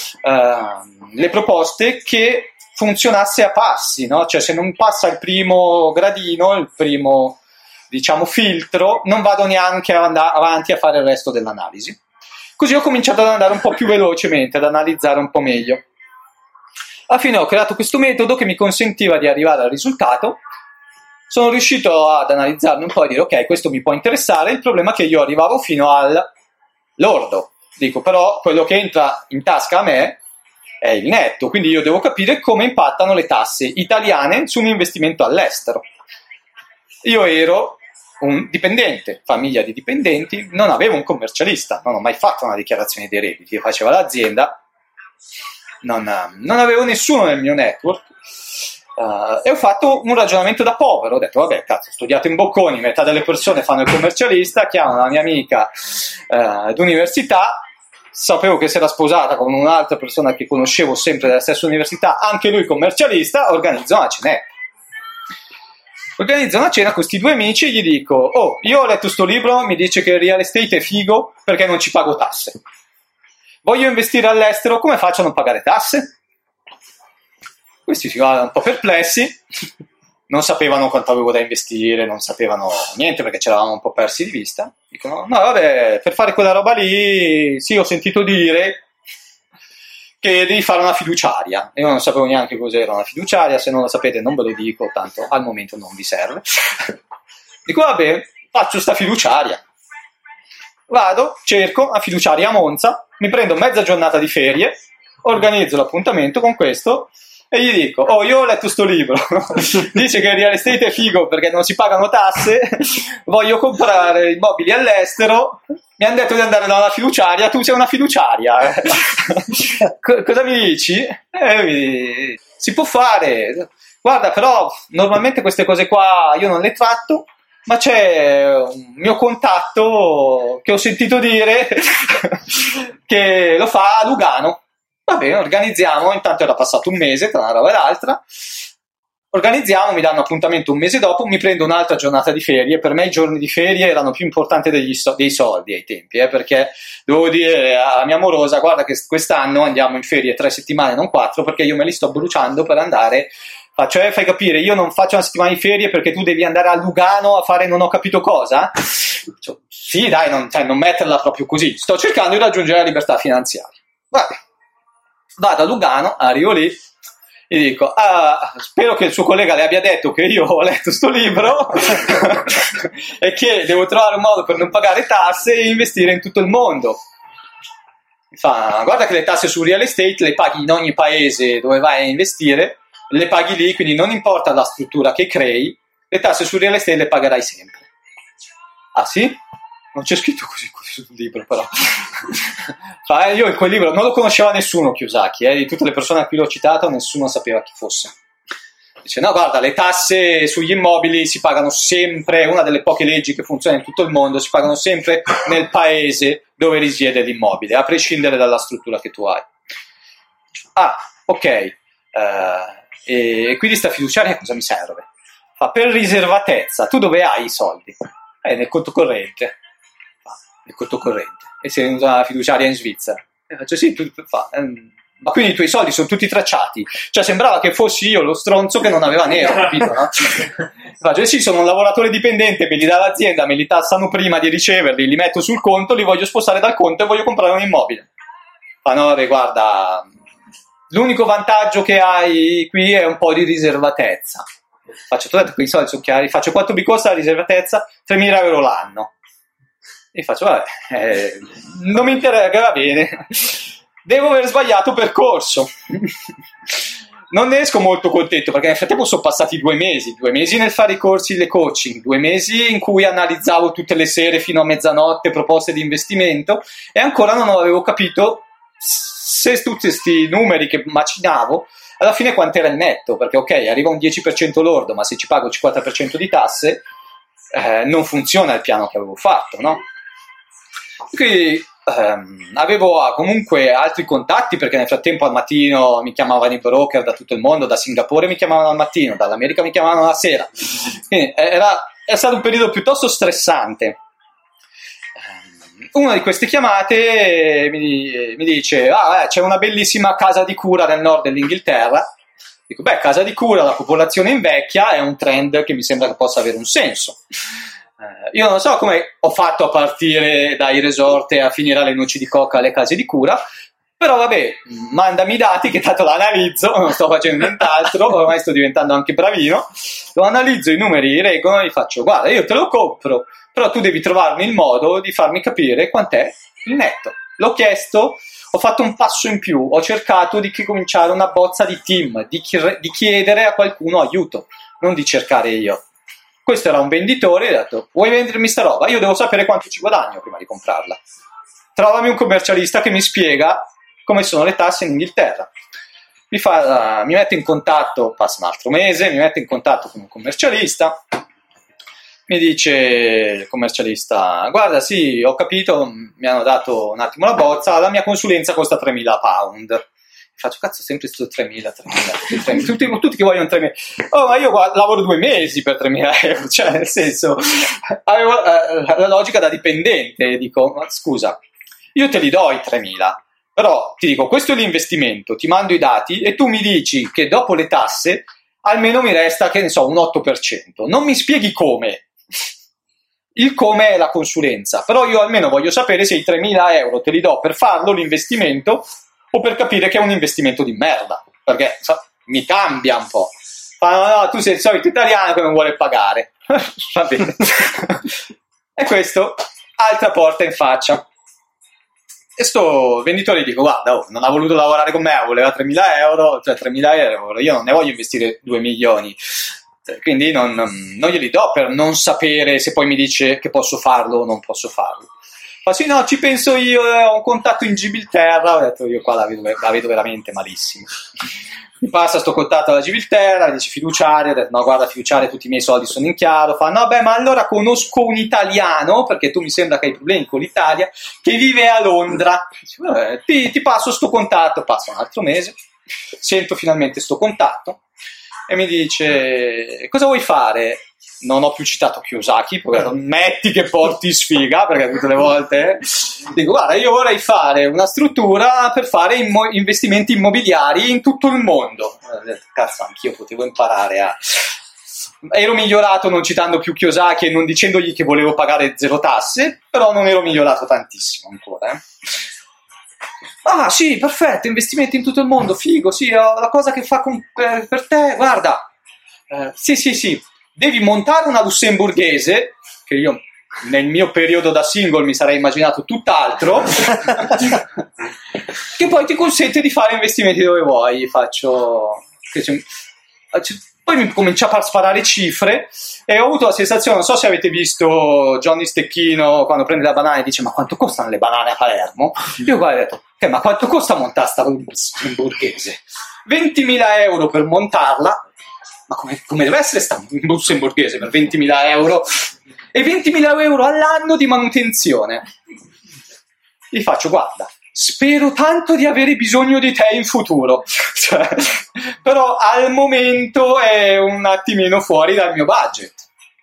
le proposte che funzionasse a passi, no? Cioè se non passa il primo gradino, il primo diciamo filtro, non vado neanche avanti a fare il resto dell'analisi. Così ho cominciato ad andare un po' più velocemente, ad analizzare un po' meglio. Alla fine ho creato questo metodo che mi consentiva di arrivare al risultato. Sono riuscito ad analizzarmi un po' e dire ok, questo mi può interessare. Il problema è che io arrivavo fino al lordo. Dico, però quello che entra in tasca a me è il netto, quindi io devo capire come impattano le tasse italiane su un investimento all'estero. Io ero un dipendente, famiglia di dipendenti, non avevo un commercialista, non ho mai fatto una dichiarazione dei redditi, io facevo l'azienda, non avevo nessuno nel mio network e ho fatto un ragionamento da povero. Ho detto vabbè, cazzo, ho studiato in Bocconi, metà delle persone fanno il commercialista, chiamo la mia amica d'università, sapevo che si era sposata con un'altra persona che conoscevo sempre della stessa università, anche lui commercialista, organizzo una cenetta. Organizzo una cena con questi due amici e gli dico oh, io ho letto sto libro, mi dice che il real estate è figo perché non ci pago tasse. Voglio investire all'estero, come faccio a non pagare tasse? Questi si guardano un po' perplessi, non sapevano quanto avevo da investire, non sapevano niente perché ci eravamo un po' persi di vista. Dicono, no vabbè, per fare quella roba lì, sì, ho sentito dire che devi fare una fiduciaria. Io non sapevo neanche cos'era una fiduciaria, se non lo sapete non ve lo dico, tanto al momento non vi serve. Dico, vabbè, faccio sta fiduciaria. Vado, cerco una fiduciaria a Monza, mi prendo mezza giornata di ferie, organizzo l'appuntamento con questo e gli dico: oh, io ho letto sto libro, dice che il real estate è figo perché non si pagano tasse, voglio comprare immobili all'estero, mi hanno detto di andare da una fiduciaria, tu sei una fiduciaria, cosa mi dici? Si può fare, guarda, però normalmente queste cose qua io non le tratto, ma c'è un mio contatto che ho sentito dire che lo fa a Lugano. Va bene, organizziamo. Intanto era passato un mese tra una roba e l'altra. Organizziamo, mi danno appuntamento un mese dopo, mi prendo un'altra giornata di ferie. Per me i giorni di ferie erano più importanti dei soldi ai tempi, perché dovevo dire alla mia amorosa: guarda che quest'anno andiamo in ferie 3 settimane, non 4, perché io me li sto bruciando per andare. Cioè, fai capire, io non faccio una settimana di ferie perché tu devi andare a Lugano a fare non ho capito cosa. Cioè, sì, dai, non metterla proprio così. Sto cercando di raggiungere la libertà finanziaria. Vabbè. Vado a Lugano, arrivo lì e dico: spero che il suo collega le abbia detto che io ho letto sto libro e che devo trovare un modo per non pagare tasse e investire in tutto il mondo. Mi fa: guarda che le tasse sul real estate le paghi in ogni paese dove vai a investire, le paghi lì, quindi non importa la struttura che crei, le tasse sul real estate le pagherai sempre. Ah sì? Non c'è scritto così sul libro, però. Io in quel libro non lo conosceva nessuno, Kiyosaki, di tutte le persone a cui l'ho citato nessuno sapeva chi fosse. Dice: no, guarda, le tasse sugli immobili si pagano sempre, una delle poche leggi che funziona in tutto il mondo, si pagano sempre nel paese dove risiede l'immobile, a prescindere dalla struttura che tu hai. Ah, ok. E quindi sta fiduciaria cosa mi serve? Fa: per riservatezza, tu dove hai i soldi? Nel conto corrente. Nel conto corrente. E sei una fiduciaria in Svizzera? Faccio: sì, ma quindi i tuoi soldi sono tutti tracciati? Cioè sembrava che fossi io lo stronzo che non aveva nero, capito, no? Faccio: sì, sono un lavoratore dipendente, me li dà l'azienda, me li tassano prima di riceverli, li metto sul conto, li voglio spostare dal conto e voglio comprare un immobile. Fa: no, guarda, l'unico vantaggio che hai qui è un po' di riservatezza. Faccio: tu hai detto che i soldi sono chiari? Faccio: quanto mi costa la riservatezza? 3.000 euro l'anno. E faccio: vabbè, non mi interessa, va bene, devo aver sbagliato percorso. Non ne esco molto contento, perché nel frattempo sono passati 2 mesi nel fare i corsi, le coaching, 2 mesi in cui analizzavo tutte le sere fino a mezzanotte proposte di investimento e ancora non avevo capito se tutti questi numeri che macinavo alla fine quanto era il netto, perché ok, arriva un 10% lordo, ma se ci pago il 50% di tasse non funziona il piano che avevo fatto, no? Quindi avevo comunque altri contatti, perché nel frattempo al mattino mi chiamavano i broker da tutto il mondo, da Singapore mi chiamavano al mattino, dall'America mi chiamavano la sera. Quindi è stato un periodo piuttosto stressante. Una di queste chiamate mi dice: c'è una bellissima casa di cura nel nord dell'Inghilterra. Dico: beh, casa di cura, la popolazione invecchia, è un trend che mi sembra che possa avere un senso. Io non so come ho fatto a partire dai resort e a finire alle noci di coca alle case di cura, però vabbè, mandami i dati che tanto lo analizzo, non sto facendo nient'altro, ormai sto diventando anche bravino, lo analizzo, i numeri reggono e gli faccio: guarda, io te lo compro, però tu devi trovarmi il modo di farmi capire quant'è il netto. L'ho chiesto, ho fatto un passo in più, ho cercato di cominciare una bozza di team, di chiedere a qualcuno aiuto, non di cercare io. Questo era un venditore, e ho detto: vuoi vendermi sta roba? Io devo sapere quanto ci guadagno prima di comprarla. Trovami un commercialista che mi spiega come sono le tasse in Inghilterra. Mi mette in contatto, passa un altro mese, mi mette in contatto con un commercialista. Mi dice il commercialista: guarda, sì, ho capito, mi hanno dato un attimo la bozza, la mia consulenza costa 3.000 pound. Faccio: cazzo, sempre sto 3.000, tutti che vogliono 3.000. Oh, ma io lavoro 2 mesi per 3.000 euro, cioè nel senso, avevo la logica da dipendente. Dico: ma scusa, io te li do i 3.000, però ti dico, questo è l'investimento, ti mando i dati e tu mi dici che dopo le tasse almeno mi resta, che ne so, un 8%. Non mi spieghi come. Il come è la consulenza, però io almeno voglio sapere se i 3.000 euro te li do per farlo l'investimento o per capire che è un investimento di merda, perché mi cambia un po'. No, tu sei il solito italiano che non vuole pagare. Va bene. E questo, altra porta in faccia. E sto venditore gli dico, guarda, non ha voluto lavorare con me, voleva 3.000 euro, cioè 3.000 euro, io non ne voglio investire 2 milioni, quindi non glieli do per non sapere se poi mi dice che posso farlo o non posso farlo. Ma sì, no, ci penso io, ho un contatto in Gibilterra, ho detto io qua la vedo veramente malissimo. Mi passa sto contatto alla Gibilterra, mi dice fiduciario, ho detto no guarda fiduciario tutti i miei soldi sono in chiaro, fa no beh ma allora conosco un italiano, perché tu mi sembra che hai problemi con l'Italia, che vive a Londra, ti passo sto contatto, passa un altro mese, sento finalmente sto contatto e mi dice cosa vuoi fare? Non ho più citato Kiyosaki, perché metti che porti sfiga, perché tutte le volte dico guarda io vorrei fare una struttura per fare investimenti immobiliari in tutto il mondo. Cazzo, anch'io potevo imparare a... Ero migliorato non citando più Kiyosaki e non dicendogli che volevo pagare 0 tasse, però non ero migliorato tantissimo ancora. Ah sì, perfetto, investimenti in tutto il mondo, figo, sì, ho la cosa che fa per te, guarda, sì, devi montare una lussemburghese, che io nel mio periodo da single mi sarei immaginato tutt'altro, che poi ti consente di fare investimenti dove vuoi. Poi mi comincia a sparare cifre e ho avuto la sensazione, non so se avete visto Johnny Stecchino quando prende la banana e dice ma quanto costano le banane a Palermo? Io qua ho detto ma quanto costa montare sta lussemburghese? 20.000 euro per montarla. Ma come deve essere sta lussemburghese per 20.000 euro? E 20.000 euro all'anno di manutenzione. Gli faccio, guarda, spero tanto di avere bisogno di te in futuro. Però al momento è un attimino fuori dal mio budget.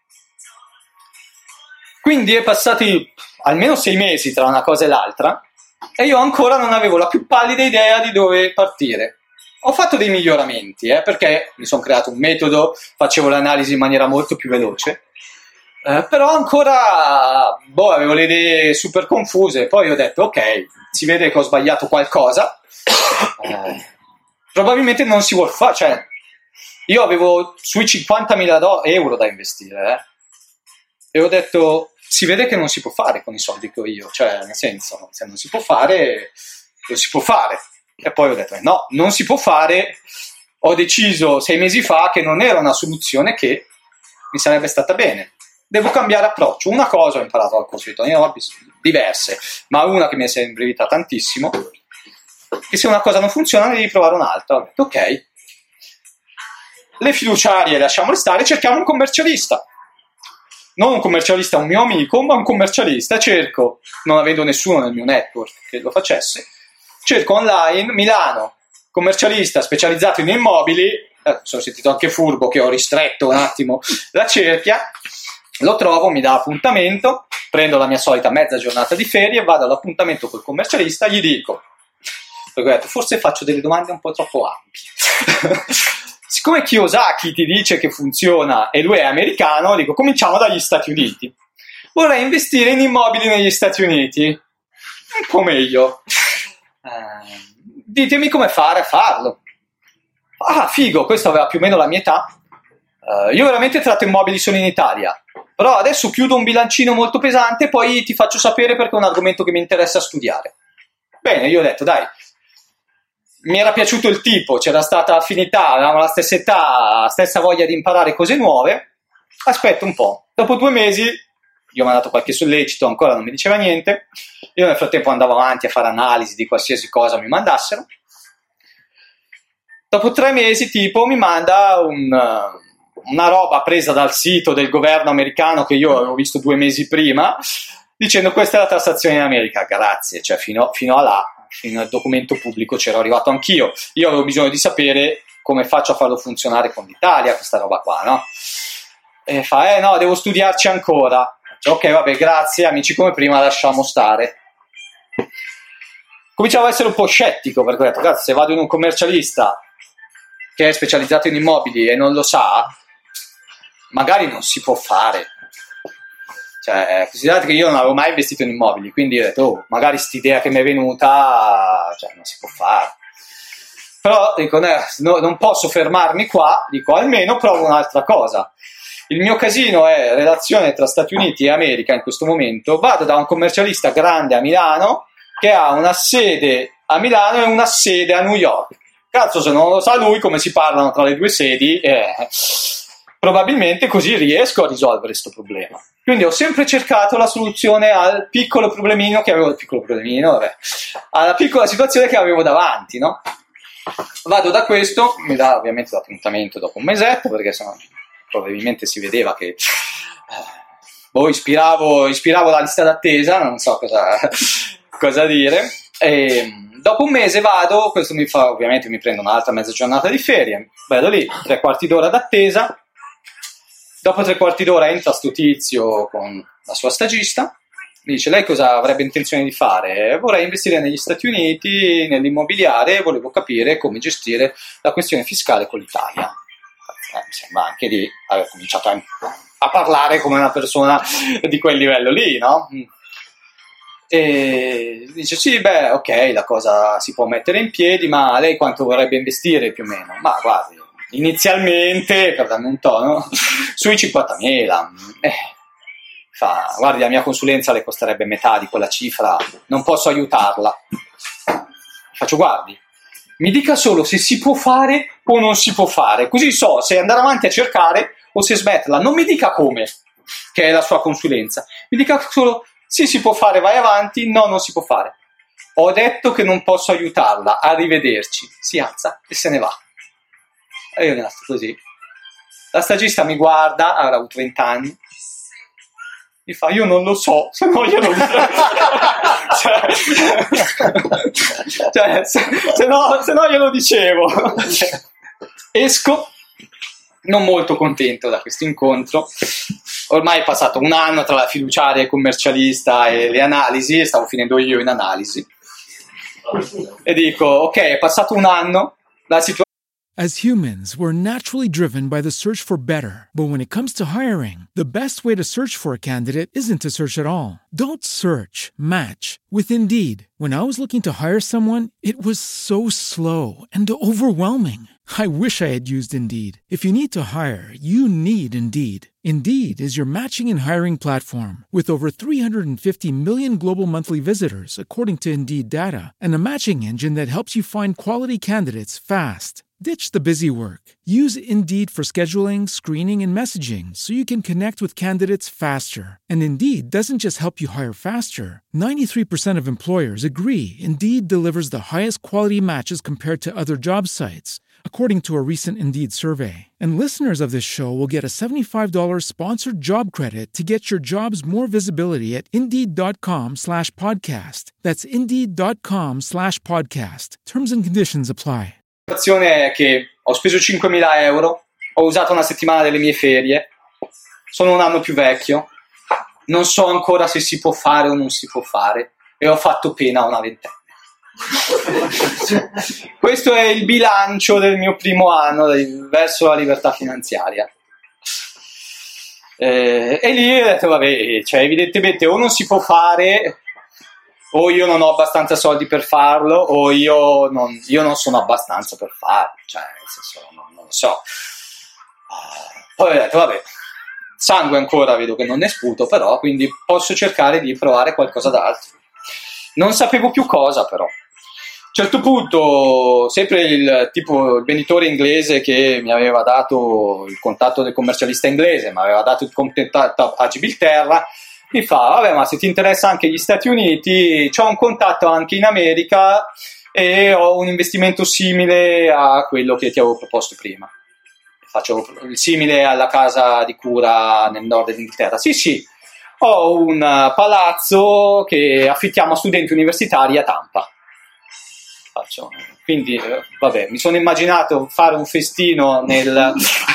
Quindi è passati almeno 6 mesi tra una cosa e l'altra e io ancora non avevo la più pallida idea di dove partire. Ho fatto dei miglioramenti, perché mi sono creato un metodo, facevo l'analisi in maniera molto più veloce, però ancora avevo le idee super confuse. Poi ho detto, ok, si vede che ho sbagliato qualcosa, probabilmente non si vuol fare, cioè, io avevo sui 50.000 euro da investire, e ho detto, si vede che non si può fare con i soldi che ho io, cioè, nel senso, se non si può fare, non si può fare. E poi ho detto no, non si può fare. Ho deciso 6 mesi fa che non era una soluzione che mi sarebbe stata bene, devo cambiare approccio. Una cosa ho imparato al corso di Tony Robbins, diverse, ma una che mi è sembrata tantissimo, che se una cosa non funziona ne devi provare un'altra. Ho detto ok, le fiduciarie lasciamole stare, cerchiamo un commercialista, non un commercialista un mio amico, ma un commercialista. Cerco, non avendo nessuno nel mio network che lo facesse, cerco online, Milano, commercialista specializzato in immobili, sono sentito anche furbo che ho ristretto un attimo la cerchia, lo trovo, mi dà appuntamento, prendo la mia solita mezza giornata di ferie, vado all'appuntamento col commercialista, gli dico, perché ho detto, forse faccio delle domande un po' troppo ampie. Siccome Kiyosaki ti dice che funziona e lui è americano, dico, cominciamo dagli Stati Uniti. Vorrei investire in immobili negli Stati Uniti, un po' meglio. Ditemi come fare a farlo. Ah, figo, questo aveva più o meno la mia età. Io veramente tratto immobili solo in Italia, però adesso chiudo un bilancino molto pesante e poi ti faccio sapere perché è un argomento che mi interessa studiare. Bene, io ho detto dai, mi era piaciuto il tipo, c'era stata affinità, avevamo la stessa età, stessa voglia di imparare cose nuove. Aspetta un po', dopo 2 mesi io mi ho dato qualche sollecito, ancora non mi diceva niente. Io nel frattempo andavo avanti a fare analisi di qualsiasi cosa mi mandassero. Dopo 3 mesi tipo mi manda una roba presa dal sito del governo americano che io avevo visto 2 mesi prima, dicendo questa è la tassazione in America. Grazie, cioè fino a là, fino al documento pubblico c'ero arrivato anch'io. Io avevo bisogno di sapere come faccio a farlo funzionare con l'Italia questa roba qua, no? E fa no, devo studiarci ancora. Ok, vabbè, grazie, amici come prima, lasciamo stare. Cominciavo a essere un po' scettico, perché ho detto, cazzo, se vado in un commercialista che è specializzato in immobili e non lo sa, magari non si può fare. Cioè, considerate che io non avevo mai investito in immobili, quindi ho detto, magari st'idea che mi è venuta, cioè, non si può fare. Però dico, non posso fermarmi qua, dico, almeno provo un'altra cosa. Il mio casino è relazione tra Stati Uniti e America in questo momento. Vado da un commercialista grande a Milano, che ha una sede a Milano e una sede a New York. Cazzo, se non lo sa lui come si parlano tra le due sedi, probabilmente così riesco a risolvere questo problema. Quindi ho sempre cercato la soluzione al piccolo problemino che avevo, alla piccola situazione che avevo davanti, no? Vado da questo, mi dà ovviamente l'appuntamento dopo un mesetto, perché sennò probabilmente si vedeva che ispiravo la lista d'attesa, non so cosa dire. E dopo un mese vado, questo ovviamente mi prendo un'altra mezza giornata di ferie, vado lì, 3/4 d'ora d'attesa. Dopo 3/4 d'ora entra sto tizio con la sua stagista, mi dice: lei cosa avrebbe intenzione di fare? Vorrei investire negli Stati Uniti, nell'immobiliare, volevo capire come gestire la questione fiscale con l'Italia. Mi sembra anche di aver cominciato a parlare come una persona di quel livello lì, no? E dice: sì, beh, ok, la cosa si può mettere in piedi, ma lei quanto vorrebbe investire più o meno? Ma guardi, inizialmente, per darmi un tono, sui 50.000. Guardi, la mia consulenza le costerebbe metà di quella cifra, non posso aiutarla. Faccio: guardi, mi dica solo se si può fare o non si può fare, così so se andare avanti a cercare o se smetterla. Non mi dica come, che è la sua consulenza, mi dica solo: sì, si può fare, vai avanti, no, non si può fare. Ho detto che non posso aiutarla, arrivederci. Si alza e se ne va. E io rimasto così. La stagista mi guarda, avrà avuto 20 anni, mi fa: io non lo so, se no glielo se no glielo dicevo. Esco non molto contento da questo incontro. Ormai è passato un anno tra la fiduciaria, il commercialista e le analisi, e stavo finendo io in analisi. E dico: ok, è passato un anno, la situazione. As humans, we're naturally driven by the search for better. But when it comes to hiring, the best way to search for a candidate isn't to search at all. Don't search, match with Indeed. When I was looking to hire someone, it was so slow and overwhelming. I wish I had used Indeed. If you need to hire, you need Indeed. Indeed is your matching and hiring platform with over 350 million global monthly visitors, according to Indeed data, and a matching engine that helps you find quality candidates fast. Ditch the busy work. Use Indeed for scheduling, screening, and messaging so you can connect with candidates faster. And Indeed doesn't just help you hire faster. 93% of employers agree Indeed delivers the highest quality matches compared to other job sites, according to a recent Indeed survey. And listeners of this show will get a $75 sponsored job credit to get your jobs more visibility at Indeed.com/podcast. That's Indeed.com/podcast. Terms and conditions apply. La situazione è che ho speso 5.000 euro, ho usato una settimana delle mie ferie, sono un anno più vecchio, non so ancora se si può fare o non si può fare, e ho fatto pena a una ventenne. Questo è il bilancio del mio primo anno verso la libertà finanziaria. E lì ho detto: vabbè, cioè evidentemente o non si può fare, o io non ho abbastanza soldi per farlo, o io non sono abbastanza per farlo, cioè nel senso non lo so. Poi ho detto: vabbè, sangue ancora vedo che non ne sputo, però, quindi posso cercare di provare qualcosa d'altro. Non sapevo più cosa, però. A un certo punto, sempre il venditore inglese che mi aveva dato il contatto del commercialista inglese, mi aveva dato il contatto a Gibilterra, mi fa: vabbè, ma se ti interessa anche gli Stati Uniti, c'ho un contatto anche in America e ho un investimento simile a quello che ti avevo proposto prima. Faccio il simile alla casa di cura nel nord dell'Inghilterra. Sì, ho un palazzo che affittiamo a studenti universitari a Tampa. Quindi vabbè, mi sono immaginato fare un festino nella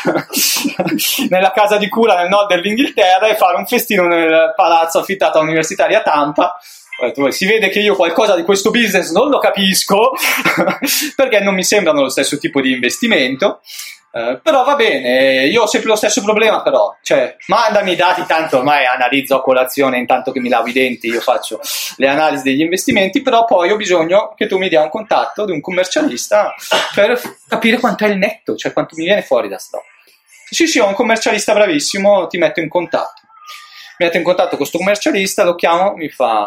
casa di cura nel nord dell'Inghilterra e fare un festino nel palazzo affittato a universitari a Tampa. Si vede che io qualcosa di questo business non lo capisco perché non mi sembrano lo stesso tipo di investimento. Però va bene, io ho sempre lo stesso problema, però, cioè, mandami i dati, tanto ormai analizzo a colazione intanto che mi lavo i denti, io faccio le analisi degli investimenti, però poi ho bisogno che tu mi dia un contatto di un commercialista per capire quanto è il netto, cioè quanto mi viene fuori da sto. Sì, ho un commercialista bravissimo, ti metto in contatto. Mi metto in contatto con questo commercialista, lo chiamo, mi fa: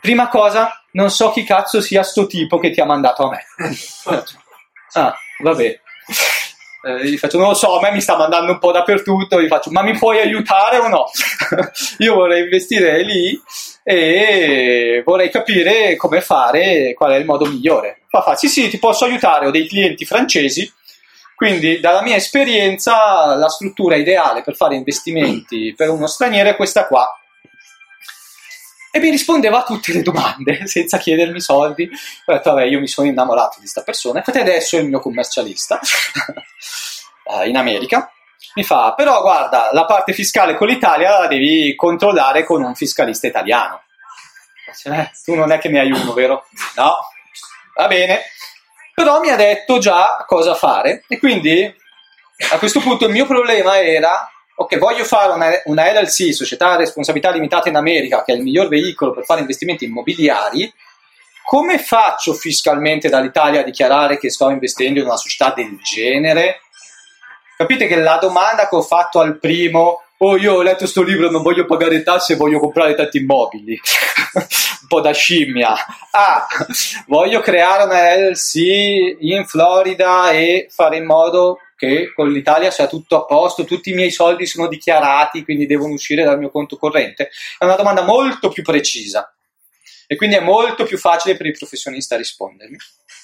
prima cosa, non so chi cazzo sia sto tipo che ti ha mandato a me. Ah, vabbè. Gli faccio, non lo so, a me mi sta mandando un po' dappertutto. Gli faccio, ma mi puoi aiutare o no? Io vorrei investire lì e vorrei capire come fare, qual è il modo migliore. Fa, sì, ti posso aiutare, ho dei clienti francesi, quindi dalla mia esperienza la struttura ideale per fare investimenti per uno straniero è questa qua. E mi rispondeva a tutte le domande senza chiedermi soldi. Ho detto, vabbè, io mi sono innamorato di questa persona, infatti adesso è il mio commercialista in America. Mi fa, però guarda, la parte fiscale con l'Italia la devi controllare con un fiscalista italiano. Tu non è che ne hai uno, vero? No, va bene. Però mi ha detto già cosa fare, e quindi a questo punto il mio problema era, ok, voglio fare una LLC, società a responsabilità limitata in America, che è il miglior veicolo per fare investimenti immobiliari. Come faccio fiscalmente dall'Italia a dichiarare che sto investendo in una società del genere? Capite che la domanda che ho fatto al primo, io ho letto sto libro, non voglio pagare tasse, voglio comprare tanti immobili, un po' da scimmia. Voglio creare una LLC in Florida e fare in modo che con l'Italia sia tutto a posto, tutti i miei soldi sono dichiarati, quindi devono uscire dal mio conto corrente. È una domanda molto più precisa e quindi è molto più facile per il professionista rispondermi.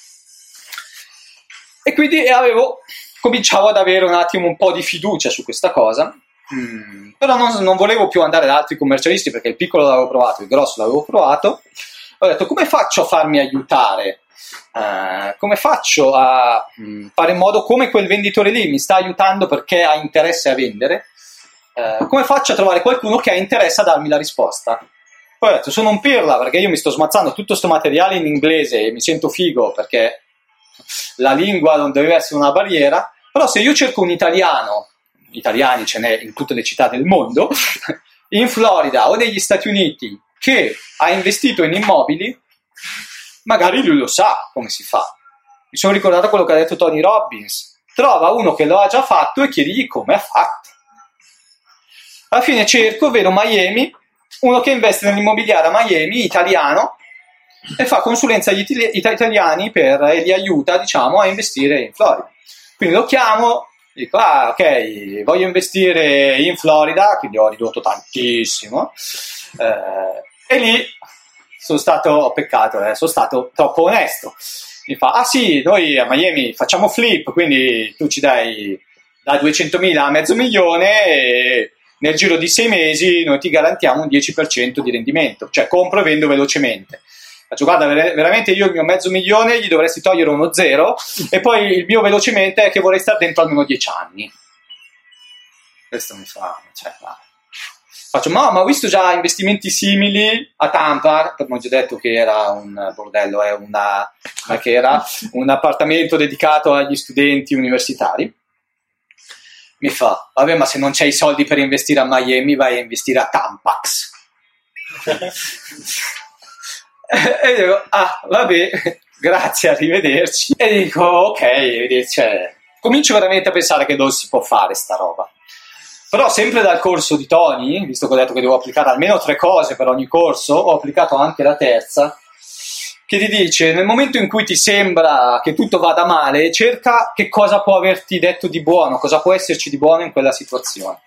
E quindi cominciavo ad avere un attimo un po' di fiducia su questa cosa, però non volevo più andare da altri commercialisti, perché il piccolo l'avevo provato, il grosso l'avevo provato. Ho detto, come faccio a farmi aiutare? Come faccio a fare in modo, come quel venditore lì mi sta aiutando perché ha interesse a vendere, come faccio a trovare qualcuno che ha interesse a darmi la risposta? Poi ho detto, sono un pirla, perché io mi sto smazzando tutto sto materiale in inglese e mi sento figo perché la lingua non deve essere una barriera, però se io cerco un italiano, italiani ce n'è in tutte le città del mondo, in Florida o negli Stati Uniti, che ha investito in immobili, magari lui lo sa come si fa. Mi sono ricordato quello che ha detto Tony Robbins: trova uno che lo ha già fatto e chiedigli come ha fatto. Alla fine vedo Miami, uno che investe nell'immobiliare a Miami, italiano, e fa consulenza agli italiani e li aiuta, diciamo, a investire in Florida. Quindi lo chiamo, dico, ok, voglio investire in Florida, quindi ho ridotto tantissimo, e lì sono stato troppo onesto. Mi fa, sì, noi a Miami facciamo flip, quindi tu ci dai da 200.000 a $500,000 e nel giro di 6 mesi noi ti garantiamo un 10% di rendimento, cioè compro e vendo velocemente. Faccio, guarda, veramente io il mio $500,000 gli dovresti togliere uno 0 e poi il mio velocemente è che vorrei stare dentro almeno 10 anni. Questo mi fa, faccio, ma ho visto già investimenti simili a Tampa, non ti ho detto che era un bordello, che era un appartamento dedicato agli studenti universitari. Mi fa, vabbè, ma se non c'hai i soldi per investire a Miami, vai a investire a Tampax. E dico, vabbè, grazie, arrivederci. E dico, ok, comincio veramente a pensare che non si può fare sta roba. Però sempre dal corso di Tony, visto che ho detto che devo applicare almeno 3 cose per ogni corso, ho applicato anche la terza, che ti dice, nel momento in cui ti sembra che tutto vada male, cerca che cosa può averti detto di buono, cosa può esserci di buono in quella situazione.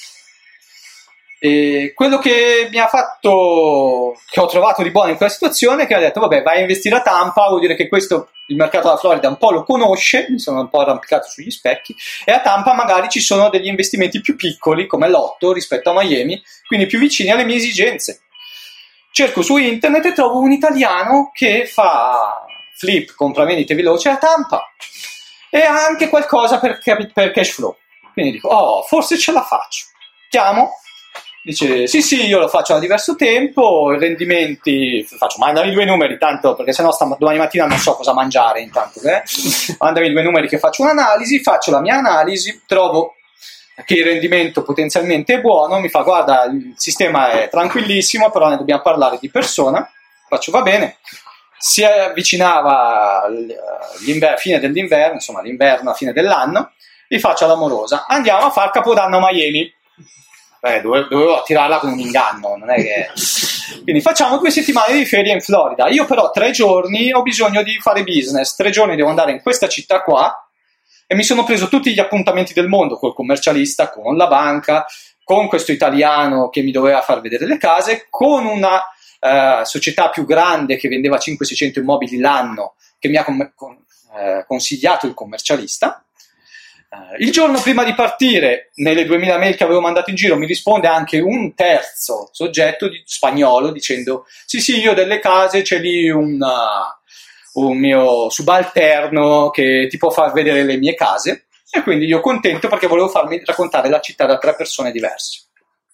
E quello che mi ha fatto, che ho trovato di buono in quella situazione, è che ha detto, vabbè, vai a investire a Tampa, vuol dire che questo, il mercato della Florida un po' lo conosce, mi sono un po' arrampicato sugli specchi, e a Tampa magari ci sono degli investimenti più piccoli, come l'otto, rispetto a Miami, quindi più vicini alle mie esigenze. Cerco su internet e trovo un italiano che fa flip, compravendite veloce a Tampa, e ha anche qualcosa per cash flow. Quindi dico, forse ce la faccio. Chiamo. Dice, sì, io lo faccio da diverso tempo, i rendimenti, mandami 2 numeri, tanto, perché sennò domani mattina non so cosa mangiare intanto, mandami 2 numeri che faccio un'analisi, faccio la mia analisi, trovo che il rendimento potenzialmente è buono, mi fa, guarda, il sistema è tranquillissimo, però ne dobbiamo parlare di persona. Faccio, va bene. Si avvicinava fine dell'inverno, l'inverno a fine dell'anno, gli faccio l'amorosa, andiamo a far Capodanno a Miami. dovevo tirarla con un inganno, non è che... Quindi facciamo 2 settimane di ferie in Florida. Io però 3 giorni ho bisogno di fare business, 3 giorni devo andare in questa città qua, e mi sono preso tutti gli appuntamenti del mondo col commercialista, con la banca, con questo italiano che mi doveva far vedere le case, con una società più grande che vendeva 500-600 immobili l'anno, che mi ha consigliato il commercialista. Il giorno prima di partire, nelle 2000 mail che avevo mandato in giro, mi risponde anche un terzo soggetto spagnolo dicendo sì, io delle case, c'è lì un mio subalterno che ti può far vedere le mie case. E quindi io contento, perché volevo farmi raccontare la città da 3 persone diverse.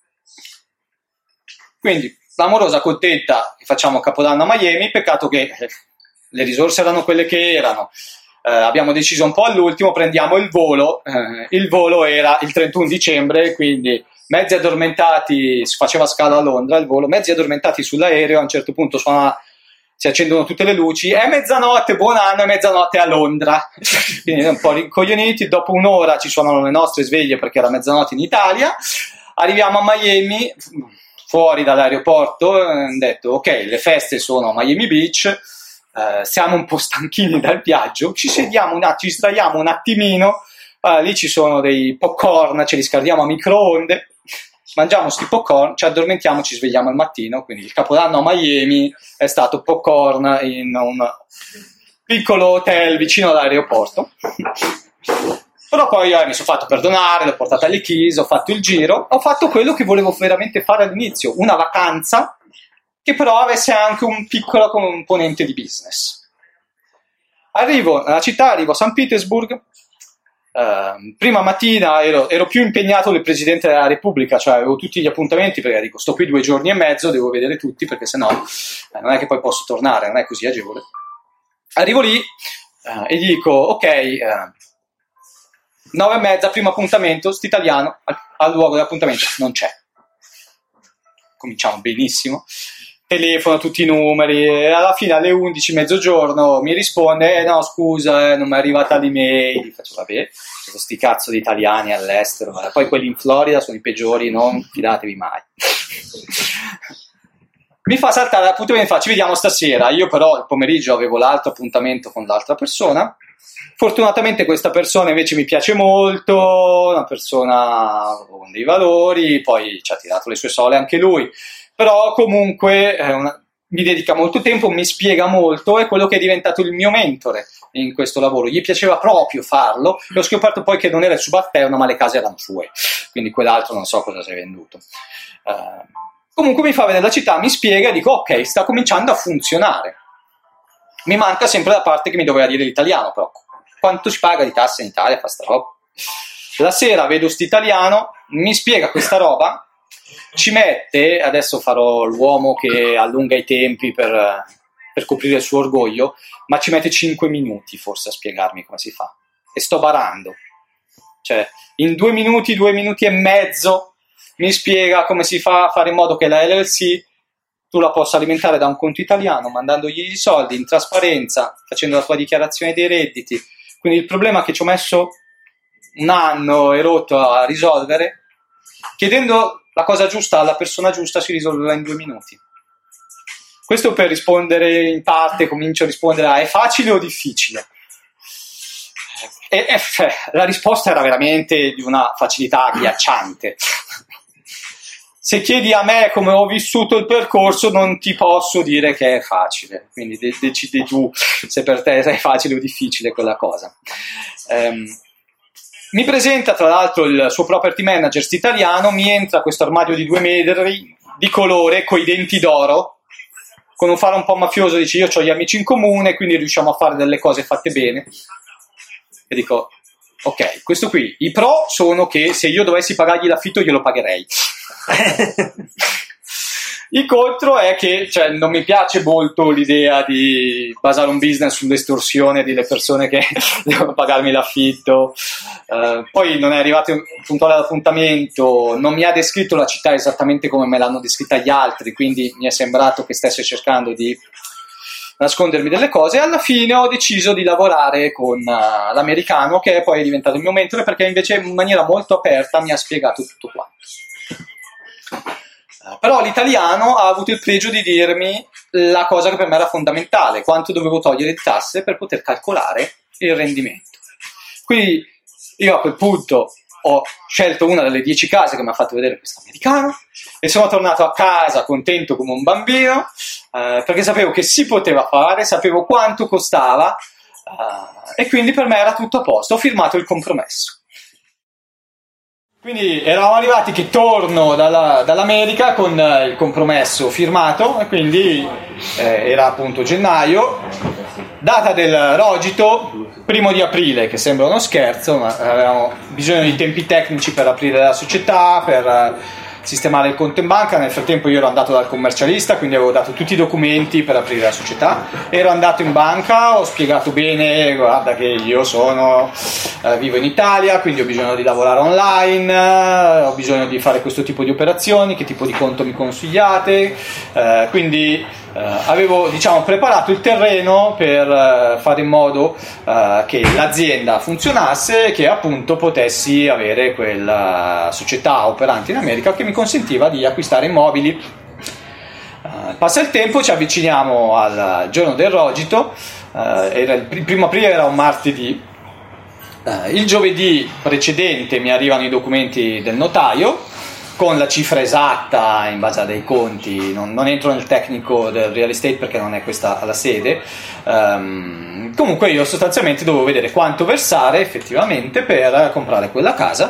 Quindi l'amorosa contenta che facciamo Capodanno a Miami, peccato che le risorse erano quelle che erano. Abbiamo deciso un po' all'ultimo, prendiamo il volo. Il volo era il 31 dicembre, quindi mezzi addormentati, si faceva scala a Londra il volo, mezzi addormentati sull'aereo, a un certo punto si accendono tutte le luci, è mezzanotte, buon anno, è mezzanotte a Londra. Quindi un po' rincoglioniti, dopo un'ora ci suonano le nostre sveglie perché era mezzanotte in Italia, arriviamo a Miami, fuori dall'aeroporto, hanno detto ok, le feste sono a Miami Beach, siamo un po' stanchini dal viaggio, ci sediamo ci sdraiamo un attimino, lì ci sono dei popcorn, ce li scaldiamo a microonde, mangiamo sti popcorn, ci addormentiamo, ci svegliamo al mattino. Quindi il Capodanno a Miami è stato popcorn in un piccolo hotel vicino all'aeroporto. Però poi mi sono fatto perdonare, l'ho portata alle Keys, ho fatto il giro, ho fatto quello che volevo veramente fare all'inizio, una vacanza che però avesse anche un piccolo componente di business. Arrivo nella città, arrivo a San Petersburg. Prima mattina ero più impegnato del Presidente della Repubblica, cioè avevo tutti gli appuntamenti, perché dico sto qui 2 giorni e mezzo, devo vedere tutti, perché sennò non è che poi posso tornare, non è così agevole. Arrivo lì e gli dico ok, 9:30, primo appuntamento, st'italiano al luogo dell'appuntamento non c'è. Cominciamo benissimo, telefono tutti i numeri, e alla fine alle 11, mezzogiorno, mi risponde no scusa, non mi è arrivata l'email. Faccio vabbè, sono sti cazzo di italiani all'estero, poi quelli in Florida sono i peggiori, non fidatevi mai. Mi fa saltare l'appuntamento e fa ci vediamo stasera. Io però il pomeriggio avevo l'altro appuntamento con l'altra persona. Fortunatamente questa persona invece mi piace molto, una persona con dei valori, poi ci ha tirato le sue sole anche lui, però comunque mi dedica molto tempo, mi spiega molto, è quello che è diventato il mio mentore in questo lavoro. Gli piaceva proprio farlo, e ho scoperto poi che non era il subalterno ma le case erano sue, quindi quell'altro non so cosa si è venduto. Comunque mi fa vedere la città, mi spiega e dico ok, sta cominciando a funzionare. Mi manca sempre la parte che mi doveva dire l'italiano, però quanto si paga di tasse in Italia, fa sta roba. La sera vedo st'italiano, mi spiega questa roba, ci mette, adesso farò l'uomo che allunga i tempi per coprire il suo orgoglio, ma ci mette 5 minuti forse a spiegarmi come si fa, e sto barando, cioè in 2 minuti, 2 minuti e mezzo mi spiega come si fa a fare in modo che la LLC tu la possa alimentare da un conto italiano, mandandogli i soldi in trasparenza, facendo la tua dichiarazione dei redditi. Quindi il problema che ci ho messo 1 anno e rotto a risolvere, chiedendo la cosa giusta alla persona giusta, si risolveva in 2 minuti. Questo per rispondere in parte, comincio a rispondere a è facile o difficile? La risposta era veramente di una facilità agghiacciante. Se chiedi a me come ho vissuto il percorso, non ti posso dire che è facile, quindi decidi tu se per te è facile o difficile quella cosa. Mi presenta tra l'altro il suo property manager italiano, mi entra questo armadio di 2 metri di colore coi denti d'oro, con un fare un po' mafioso, dice io ho gli amici in comune, quindi riusciamo a fare delle cose fatte bene. E dico ok, questo qui, i pro sono che se io dovessi pagargli l'affitto glielo pagherei. Il contro è che non mi piace molto l'idea di basare un business sull'estorsione delle persone che devono pagarmi l'affitto. Poi non è arrivato puntuale all'appuntamento, non mi ha descritto la città esattamente come me l'hanno descritta gli altri, quindi mi è sembrato che stesse cercando di nascondermi delle cose. Alla fine ho deciso di lavorare con l'americano, che poi è diventato il mio mentore, perché invece in maniera molto aperta mi ha spiegato tutto quanto. Però l'italiano ha avuto il pregio di dirmi la cosa che per me era fondamentale: quanto dovevo togliere di tasse per poter calcolare il rendimento. Quindi io a quel punto ho scelto una delle 10 case che mi ha fatto vedere questo americano e sono tornato a casa contento come un bambino, perché sapevo che si poteva fare, sapevo quanto costava, e quindi per me era tutto a posto. Ho firmato il compromesso. Quindi eravamo arrivati che torno dall'America con il compromesso firmato, e quindi era appunto gennaio, data del rogito 1 aprile, che sembra uno scherzo, ma avevamo bisogno di tempi tecnici per aprire la società, per sistemare il conto in banca. Nel frattempo io ero andato dal commercialista, quindi avevo dato tutti i documenti per aprire la società, ero andato in banca, ho spiegato bene: guarda che io vivo in Italia, quindi ho bisogno di lavorare online, ho bisogno di fare questo tipo di operazioni, che tipo di conto mi consigliate, quindi avevo preparato il terreno per fare in modo che l'azienda funzionasse e che appunto potessi avere quella società operante in America che mi consentiva di acquistare immobili. Passa il tempo, ci avviciniamo al giorno del rogito, era il 1 aprile, era un martedì. Il giovedì precedente mi arrivano i documenti del notaio con la cifra esatta in base a dei conti. Non entro nel tecnico del real estate perché non è questa la sede. Comunque io sostanzialmente dovevo vedere quanto versare effettivamente per comprare quella casa.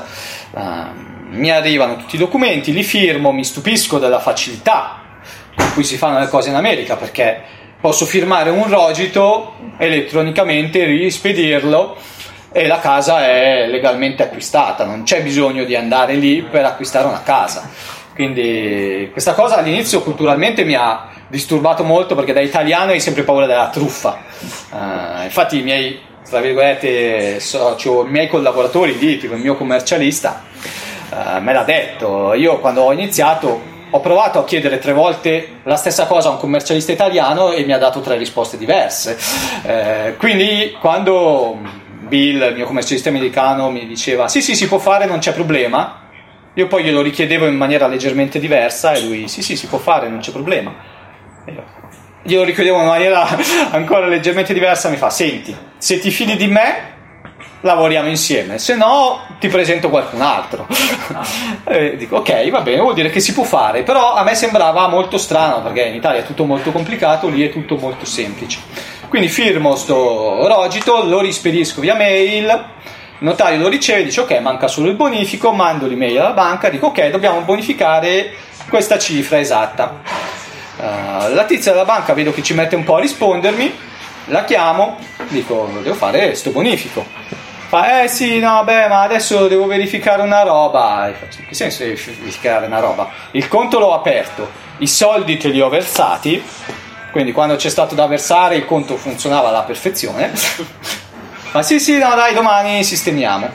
Mi arrivano tutti i documenti, li firmo, mi stupisco della facilità con cui si fanno le cose in America, perché posso firmare un rogito elettronicamente, rispedirlo e la casa è legalmente acquistata, non c'è bisogno di andare lì per acquistare una casa. Quindi questa cosa all'inizio culturalmente mi ha disturbato molto, perché da italiano hai sempre paura della truffa. Infatti i miei, tra virgolette, i miei collaboratori lì, tipo il mio commercialista, me l'ha detto. Io quando ho iniziato ho provato a chiedere 3 volte la stessa cosa a un commercialista italiano e mi ha dato 3 risposte diverse. Quindi quando Bill, il mio commercialista americano, mi diceva sì si può fare, non c'è problema, io poi glielo richiedevo in maniera leggermente diversa e lui sì si può fare, non c'è problema. Glielo richiedevo in maniera ancora leggermente diversa, mi fa: senti, se ti fidi di me lavoriamo insieme, se no ti presento qualcun altro. Dico ok, va bene, vuol dire che si può fare. Però a me sembrava molto strano, perché in Italia è tutto molto complicato, lì è tutto molto semplice. Quindi firmo sto rogito, lo rispedisco via mail, il notario lo riceve, dice ok, manca solo il bonifico, mando l'email alla banca, dico ok, dobbiamo bonificare questa cifra esatta. La tizia della banca vedo che ci mette un po' a rispondermi, la chiamo, dico devo fare sto bonifico. Fa sì, no, ma adesso devo verificare una roba. In che senso devi verificare una roba? Il conto l'ho aperto, i soldi te li ho versati, quindi quando c'è stato da versare il conto funzionava alla perfezione. Ma sì, no, dai, domani sistemiamo.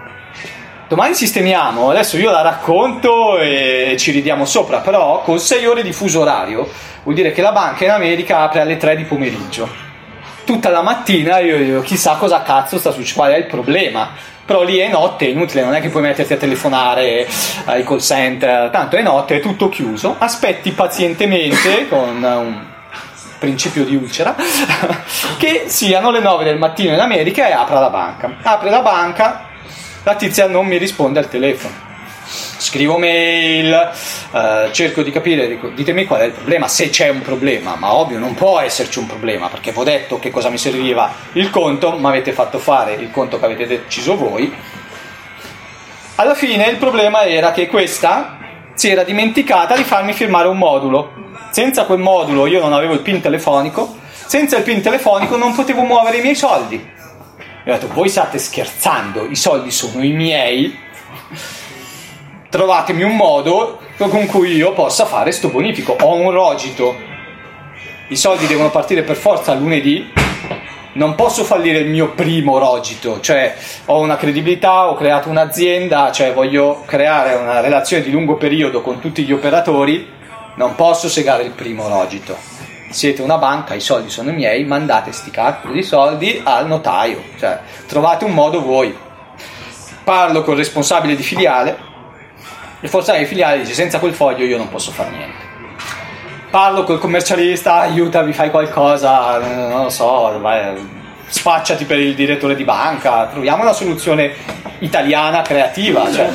Adesso io la racconto e ci ridiamo sopra, però con 6 ore di fuso orario vuol dire che la banca in America apre alle 3 di pomeriggio. Tutta la mattina io chissà cosa cazzo sta succedendo, qual è il problema. Però lì è notte, è inutile, non è che puoi metterti a telefonare ai call center, tanto è notte, è tutto chiuso. Aspetti pazientemente con un principio di ulcera che siano le 9 del mattino in America e apre la banca, la tizia non mi risponde al telefono, scrivo mail, cerco di capire, dico, ditemi qual è il problema, se c'è un problema. Ma ovvio non può esserci un problema, perché vi ho detto che cosa mi serviva il conto, mi avete fatto fare il conto che avete deciso voi. Alla fine il problema era che questa si era dimenticata di farmi firmare un modulo. Senza quel modulo io non avevo il PIN telefonico, senza il PIN telefonico non potevo muovere i miei soldi. E ho detto, voi state scherzando, i soldi sono i miei, trovatemi un modo con cui io possa fare sto bonifico. Ho un rogito, i soldi devono partire per forza lunedì, non posso fallire il mio primo rogito, cioè ho una credibilità, ho creato un'azienda, cioè voglio creare una relazione di lungo periodo con tutti gli operatori, non posso segare il primo rogito. Siete una banca, i soldi sono miei, mandate sti cazzo di soldi al notaio, cioè trovate un modo voi. Parlo col responsabile di filiale, Il responsabile filiale dice: senza quel foglio io non posso fare niente. Parlo col commercialista, aiutami, fai qualcosa, non lo so, vai, spacciati per il direttore di banca, troviamo una soluzione italiana creativa, cioè.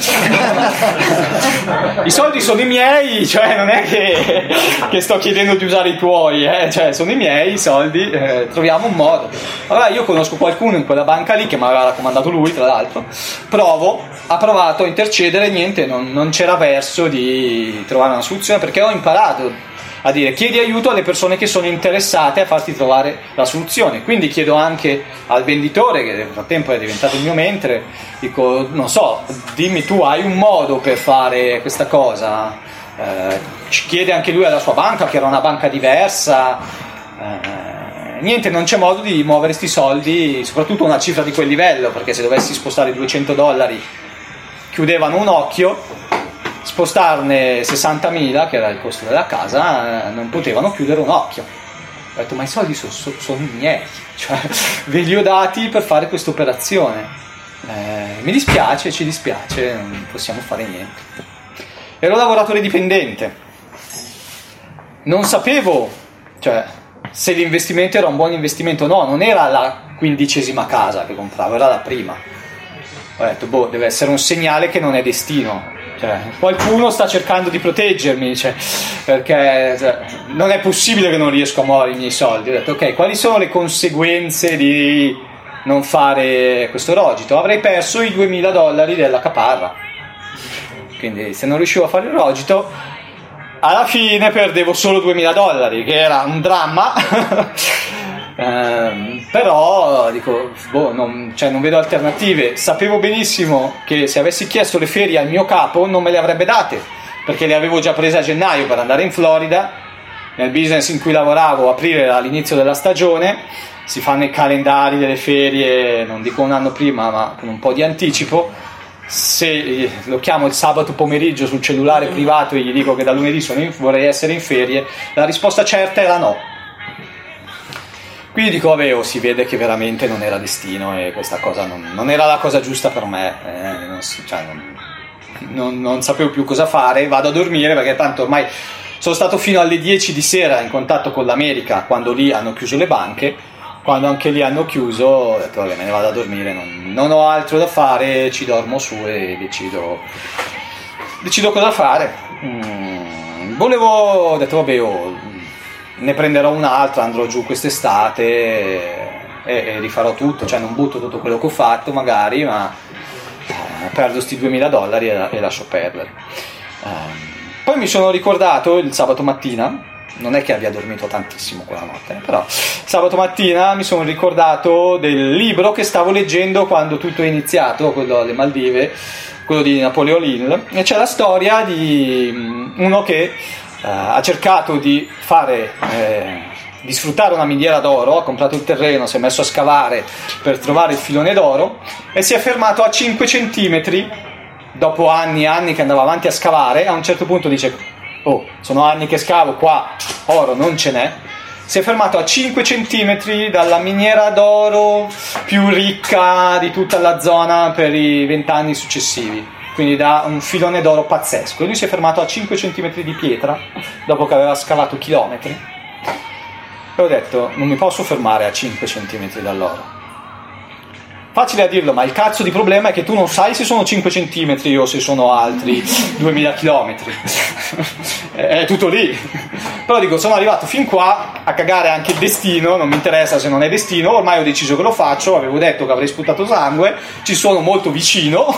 I soldi sono i miei, cioè non è che sto chiedendo di usare i tuoi, cioè sono i miei i soldi, troviamo un modo. Allora io conosco qualcuno in quella banca lì che mi aveva raccomandato lui, tra l'altro, ha provato a intercedere, niente, non c'era verso di trovare una soluzione, perché ho imparato a dire: chiedi aiuto alle persone che sono interessate a farti trovare la soluzione. Quindi chiedo anche al venditore, che nel frattempo è diventato il mio mentre, dico: non so, dimmi tu, hai un modo per fare questa cosa? Ci chiede anche lui alla sua banca, che era una banca diversa. Niente, non c'è modo di muovere sti soldi, soprattutto una cifra di quel livello, perché se dovessi spostare $200 chiudevano un occhio, spostarne 60.000, che era il costo della casa, non potevano chiudere un occhio. Ho detto: ma i soldi sono i miei, cioè ve li ho dati per fare questa operazione. Mi dispiace, ci dispiace, non possiamo fare niente. Ero lavoratore dipendente, non sapevo, cioè, se l'investimento era un buon investimento o no. Non era la 15ª casa che compravo, era la prima. Ho detto: deve essere un segnale che non è destino. Cioè, qualcuno sta cercando di proteggermi, cioè, perché non è possibile che non riesco a muovere i miei soldi. Ho detto: ok, quali sono le conseguenze di non fare questo rogito? Avrei perso i $2.000 della caparra. Quindi se non riuscivo a fare il rogito, alla fine perdevo solo $2.000, che era un dramma. Però dico: non vedo alternative. Sapevo benissimo che se avessi chiesto le ferie al mio capo non me le avrebbe date, perché le avevo già prese a gennaio per andare in Florida. Nel business in cui lavoravo, aprile era l'inizio della stagione, si fanno i calendari delle ferie, non dico un anno prima, ma con un po' di anticipo. Se lo chiamo il sabato pomeriggio sul cellulare privato e gli dico che da lunedì vorrei essere in ferie, la risposta certa era no. Quindi dico: vabbè, si vede che veramente non era destino e questa cosa non era la cosa giusta per me. Non sapevo più cosa fare, vado a dormire, perché tanto ormai sono stato fino alle 10 di sera in contatto con l'America, quando lì hanno chiuso le banche. Quando anche lì hanno chiuso, ho detto: vabbè, me ne vado a dormire, non ho altro da fare, ci dormo su e decido cosa fare. Ho detto: vabbè, ne prenderò un'altra, andrò giù quest'estate e rifarò tutto, cioè non butto tutto quello che ho fatto magari, ma perdo sti $2.000 e lascio perdere. Poi mi sono ricordato il sabato mattina, non è che abbia dormito tantissimo quella notte, però sabato mattina mi sono ricordato del libro che stavo leggendo quando tutto è iniziato, quello alle Maldive, quello di Napoleon Hill, e c'è la storia di uno che ha cercato di di sfruttare una miniera d'oro, ha comprato il terreno, si è messo a scavare per trovare il filone d'oro e si è fermato a 5 centimetri dopo anni e anni che andava avanti a scavare. A un certo punto dice: sono anni che scavo, qua oro non ce n'è. Si è fermato a 5 centimetri dalla miniera d'oro più ricca di tutta la zona per i 20 anni successivi, quindi da un filone d'oro pazzesco. E lui si è fermato a 5 centimetri di pietra dopo che aveva scavato chilometri. E ho detto: non mi posso fermare a 5 centimetri dall'oro. Facile a dirlo, ma il cazzo di problema è che tu non sai se sono 5 centimetri o se sono altri 2000 chilometri. È tutto lì. Però dico: sono arrivato fin qua, a cagare anche il destino, non mi interessa se non è destino, ormai ho deciso che lo faccio, avevo detto che avrei sputato sangue, ci sono molto vicino.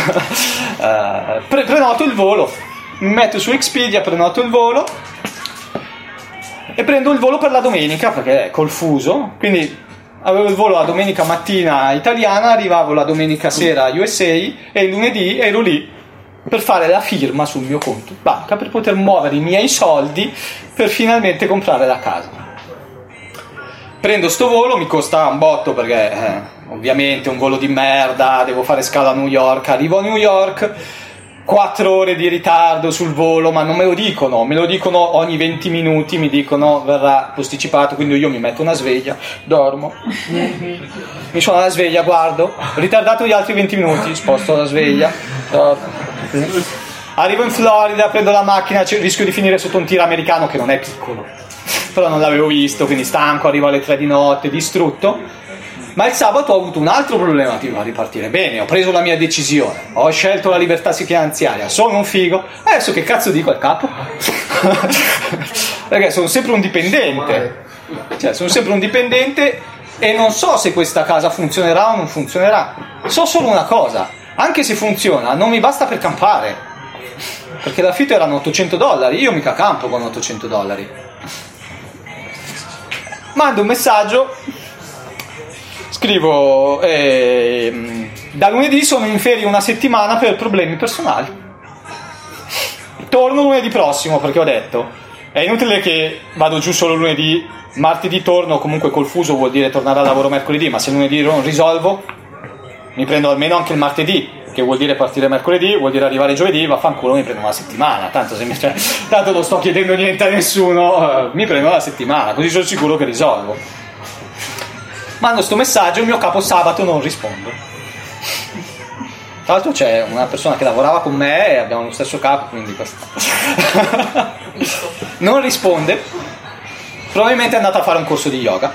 Prenoto il volo, mi metto su Expedia, prenoto il volo e prendo il volo per la domenica, perché è col fuso, quindi avevo il volo la domenica mattina italiana, arrivavo la domenica sera USA e il lunedì ero lì per fare la firma sul mio conto banca per poter muovere i miei soldi per finalmente comprare la casa. Prendo sto volo, mi costa un botto perché ovviamente un volo di merda, devo fare scala a New York, arrivo a New York, 4 ore di ritardo sul volo, ma non me lo dicono ogni 20 minuti, mi dicono verrà posticipato, quindi io mi metto una sveglia, dormo, mi suona la sveglia, guardo, ritardato gli altri 20 minuti, sposto la sveglia, Arrivo in Florida, prendo la macchina, rischio di finire sotto un tir americano che non è piccolo, però non l'avevo visto, quindi stanco, arrivo alle 3 di notte, distrutto. Ma il sabato ho avuto un altro problema a ripartire bene, ho preso la mia decisione, ho scelto la libertà finanziaria, sono un figo, adesso che cazzo dico al capo? Perché sono sempre un dipendente, e non so se questa casa funzionerà o non funzionerà. So solo una cosa, anche se funziona non mi basta per campare, perché l'affitto erano $800, io mica campo con $800. Mando un messaggio, scrivo da lunedì sono in ferie una settimana per problemi personali, torno lunedì prossimo, perché ho detto è inutile che vado giù solo lunedì, martedì torno, comunque col fuso vuol dire tornare al lavoro mercoledì, ma se lunedì non risolvo mi prendo almeno anche il martedì, che vuol dire partire mercoledì, vuol dire arrivare giovedì, vaffanculo, mi prendo una settimana, tanto non sto chiedendo niente a nessuno, mi prendo una settimana, così sono sicuro che risolvo. Mando sto messaggio, il mio capo sabato non risponde. Tra l'altro c'è una persona che lavorava con me e abbiamo lo stesso capo, quindi non risponde. Probabilmente è andata a fare un corso di yoga.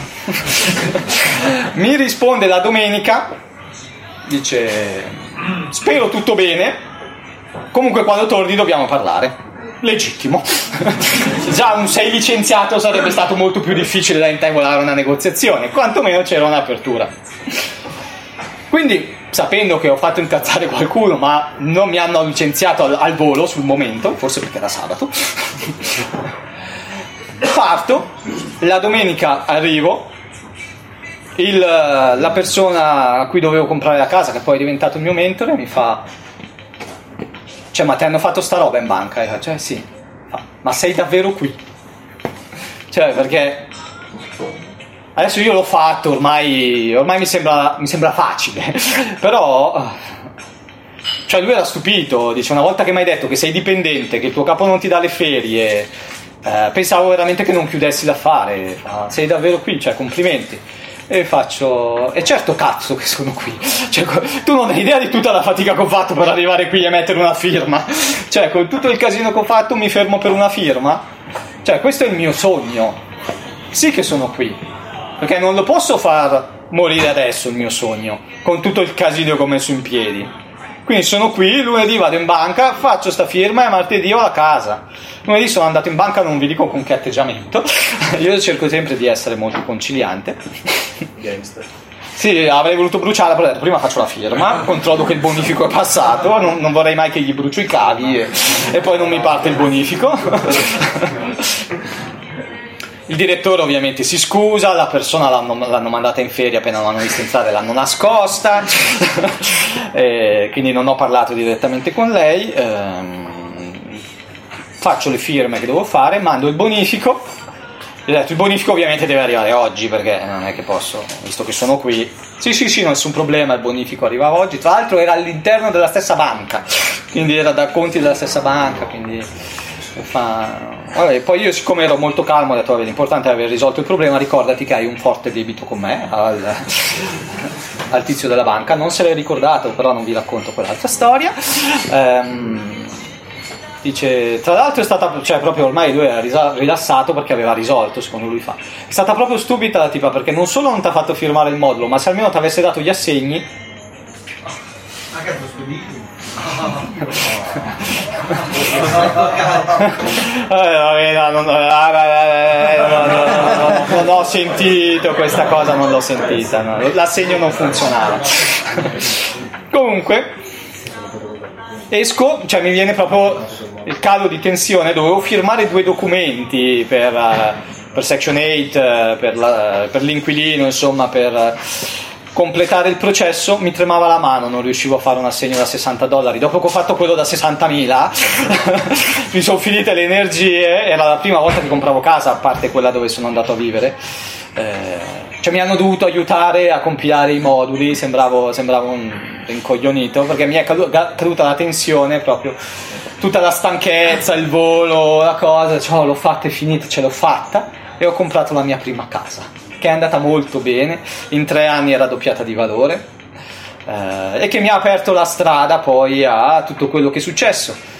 Mi risponde la domenica, dice spero tutto bene, comunque quando torni dobbiamo parlare. Legittimo. Già un sei licenziato sarebbe stato molto più difficile da intavolare una negoziazione, quantomeno c'era un'apertura. Quindi, sapendo che ho fatto incazzare qualcuno, ma non mi hanno licenziato al volo sul momento, forse perché era sabato, parto. La domenica arrivo, la persona a cui dovevo comprare la casa, che poi è diventato il mio mentore, mi fa: cioè, ma ti hanno fatto sta roba in banca? E cioè, sì. Ma sei davvero qui? Cioè, perché adesso io l'ho fatto, ormai mi sembra facile. Però, cioè, lui era stupito. Dice: una volta che mi hai detto che sei dipendente, che il tuo capo non ti dà le ferie, pensavo veramente che non chiudessi l'affare. Sei davvero qui? Cioè, complimenti. E faccio: e certo cazzo che sono qui, cioè, tu non hai idea di tutta la fatica che ho fatto per arrivare qui e mettere una firma, cioè con tutto il casino che ho fatto mi fermo per una firma, cioè questo è il mio sogno, sì che sono qui, perché non lo posso far morire adesso il mio sogno con tutto il casino che ho messo in piedi. Quindi sono qui, lunedì vado in banca, faccio sta firma e martedì ho la casa. Lunedì sono andato in banca, non vi dico con che atteggiamento, io cerco sempre di essere molto conciliante. Gangster. Sì, avrei voluto bruciarla, però ho detto prima faccio la firma, controllo che il bonifico è passato, non vorrei mai che gli brucio i cavi e poi non mi parte il bonifico. Il direttore ovviamente si scusa, la persona l'hanno mandata in ferie, appena l'hanno vista entrare l'hanno nascosta, quindi non ho parlato direttamente con lei, faccio le firme che devo fare, mando il bonifico. Gli ho detto: il bonifico ovviamente deve arrivare oggi, perché non è che posso, visto che sono qui. Sì, nessun problema, il bonifico arriva oggi, tra l'altro era all'interno della stessa banca, quindi era da conti della stessa banca, quindi vabbè, poi io, siccome ero molto calmo, ho detto: vabbè, l'importante è aver risolto il problema, ricordati che hai un forte debito con me, al tizio della banca. Non se l'è ricordato, però non vi racconto quell'altra storia. Dice, tra l'altro è stata, cioè proprio ormai lui era rilassato perché aveva risolto, secondo lui fa. È stata proprio stupida la tipa, perché non solo non ti ha fatto firmare il modulo, ma se almeno ti avesse dato gli assegni. Non ho sentito questa cosa, non l'ho sentita, no. L'assegno non funzionava. Comunque esco, cioè mi viene proprio il calo di tensione, dovevo firmare 2 documenti per Section 8, per l'inquilino, insomma, per completare il processo. Mi tremava la mano, non riuscivo a fare un assegno da $60. Dopo che ho fatto quello da 60.000 mi sono finite le energie, era la prima volta che compravo casa, a parte quella dove sono andato a vivere, cioè mi hanno dovuto aiutare a compilare i moduli, sembravo un rincoglionito, perché mi è caduta la tensione, proprio tutta la stanchezza, il volo, la cosa, cioè, l'ho fatta, è finita, ce l'ho fatta e ho comprato la mia prima casa, che è andata molto bene, in 3 anni è raddoppiata di valore, e che mi ha aperto la strada poi a tutto quello che è successo.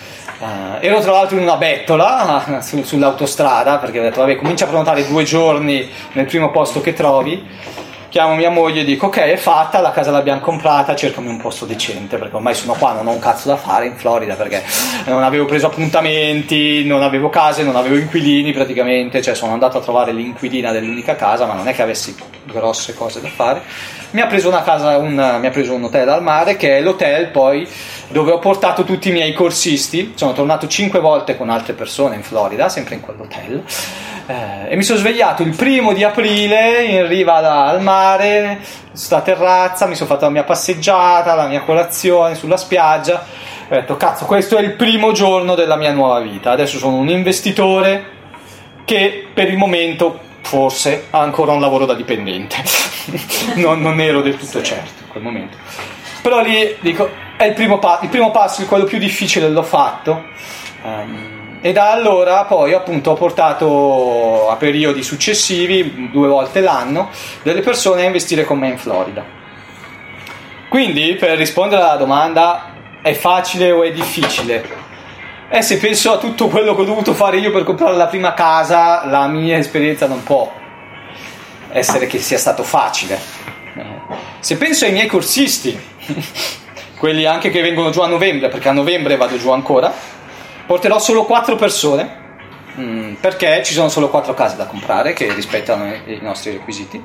Ero tra l'altro in una bettola sull'autostrada, perché ho detto vabbè, comincia a prenotare 2 giorni nel primo posto che trovi. Chiamo mia moglie e dico ok, è fatta, la casa l'abbiamo comprata, cercami un posto decente, perché ormai sono qua, non ho un cazzo da fare in Florida, perché non avevo preso appuntamenti, non avevo case, non avevo inquilini praticamente, cioè sono andato a trovare l'inquilina dell'unica casa, ma non è che avessi grosse cose da fare. Mi ha preso mi ha preso un hotel al mare, che è l'hotel poi dove ho portato tutti i miei corsisti. Sono tornato 5 volte con altre persone in Florida, sempre in quell'hotel, e mi sono svegliato il 1° aprile in riva al mare, sulla terrazza, mi sono fatto la mia passeggiata, la mia colazione sulla spiaggia. Ho detto cazzo, questo è il primo giorno della mia nuova vita, adesso sono un investitore che per il momento forse ha ancora un lavoro da dipendente. non ero del tutto certo in quel momento, però lì dico è il primo passo, quello più difficile l'ho fatto, e da allora poi appunto ho portato a periodi successivi 2 volte l'anno delle persone a investire con me in Florida. Quindi, per rispondere alla domanda è facile o è difficile, se penso a tutto quello che ho dovuto fare io per comprare la prima casa, la mia esperienza non può essere che sia stato facile. Se penso ai miei corsisti, quelli anche che vengono giù a novembre, perché a novembre vado giù ancora, porterò solo 4 persone, perché ci sono solo 4 case da comprare che rispettano i nostri requisiti,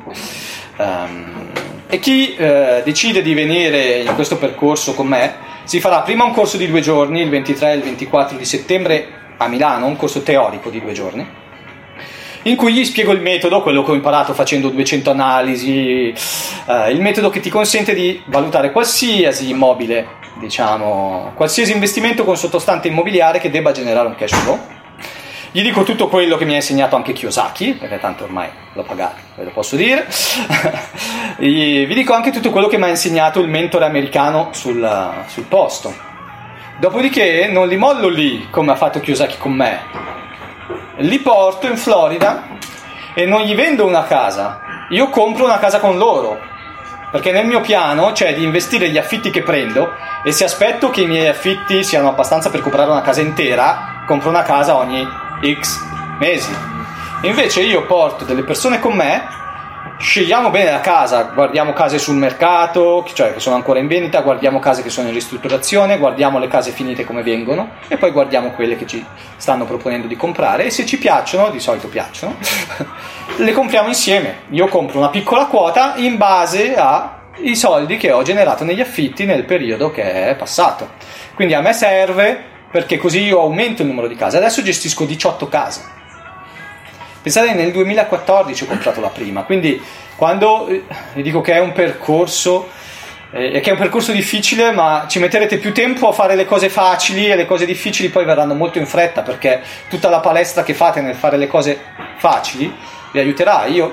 e chi decide di venire in questo percorso con me si farà prima un corso di 2 giorni, il 23 e il 24 di settembre a Milano, un corso teorico di 2 giorni, in cui gli spiego il metodo, quello che ho imparato facendo 200 analisi, il metodo che ti consente di valutare qualsiasi immobile, diciamo, qualsiasi investimento con sottostante immobiliare che debba generare un cash flow. Gli dico tutto quello che mi ha insegnato anche Kiyosaki, perché tanto ormai l'ho pagato, ve lo posso dire. Vi dico anche tutto quello che mi ha insegnato il mentore americano sul posto. Dopodiché non li mollo lì, come ha fatto Kiyosaki con me. Li porto in Florida e non gli vendo una casa, io compro una casa con loro, perché nel mio piano c'è di investire gli affitti che prendo, e se aspetto che i miei affitti siano abbastanza per comprare una casa intera, compro una casa ogni X mesi. Invece io porto delle persone con me, scegliamo bene la casa, guardiamo case sul mercato, cioè che sono ancora in vendita, guardiamo case che sono in ristrutturazione, guardiamo le case finite come vengono, e poi guardiamo quelle che ci stanno proponendo di comprare, e se ci piacciono, di solito piacciono, le compriamo insieme. Io compro una piccola quota in base ai soldi che ho generato negli affitti nel periodo che è passato. Quindi a me serve, perché così io aumento il numero di case. Adesso gestisco 18 case. Pensate, nel 2014 ho comprato la prima, quindi quando vi dico che è un percorso, che è un percorso difficile, ma ci metterete più tempo a fare le cose facili, e le cose difficili poi verranno molto in fretta, perché tutta la palestra che fate nel fare le cose facili vi aiuterà. Io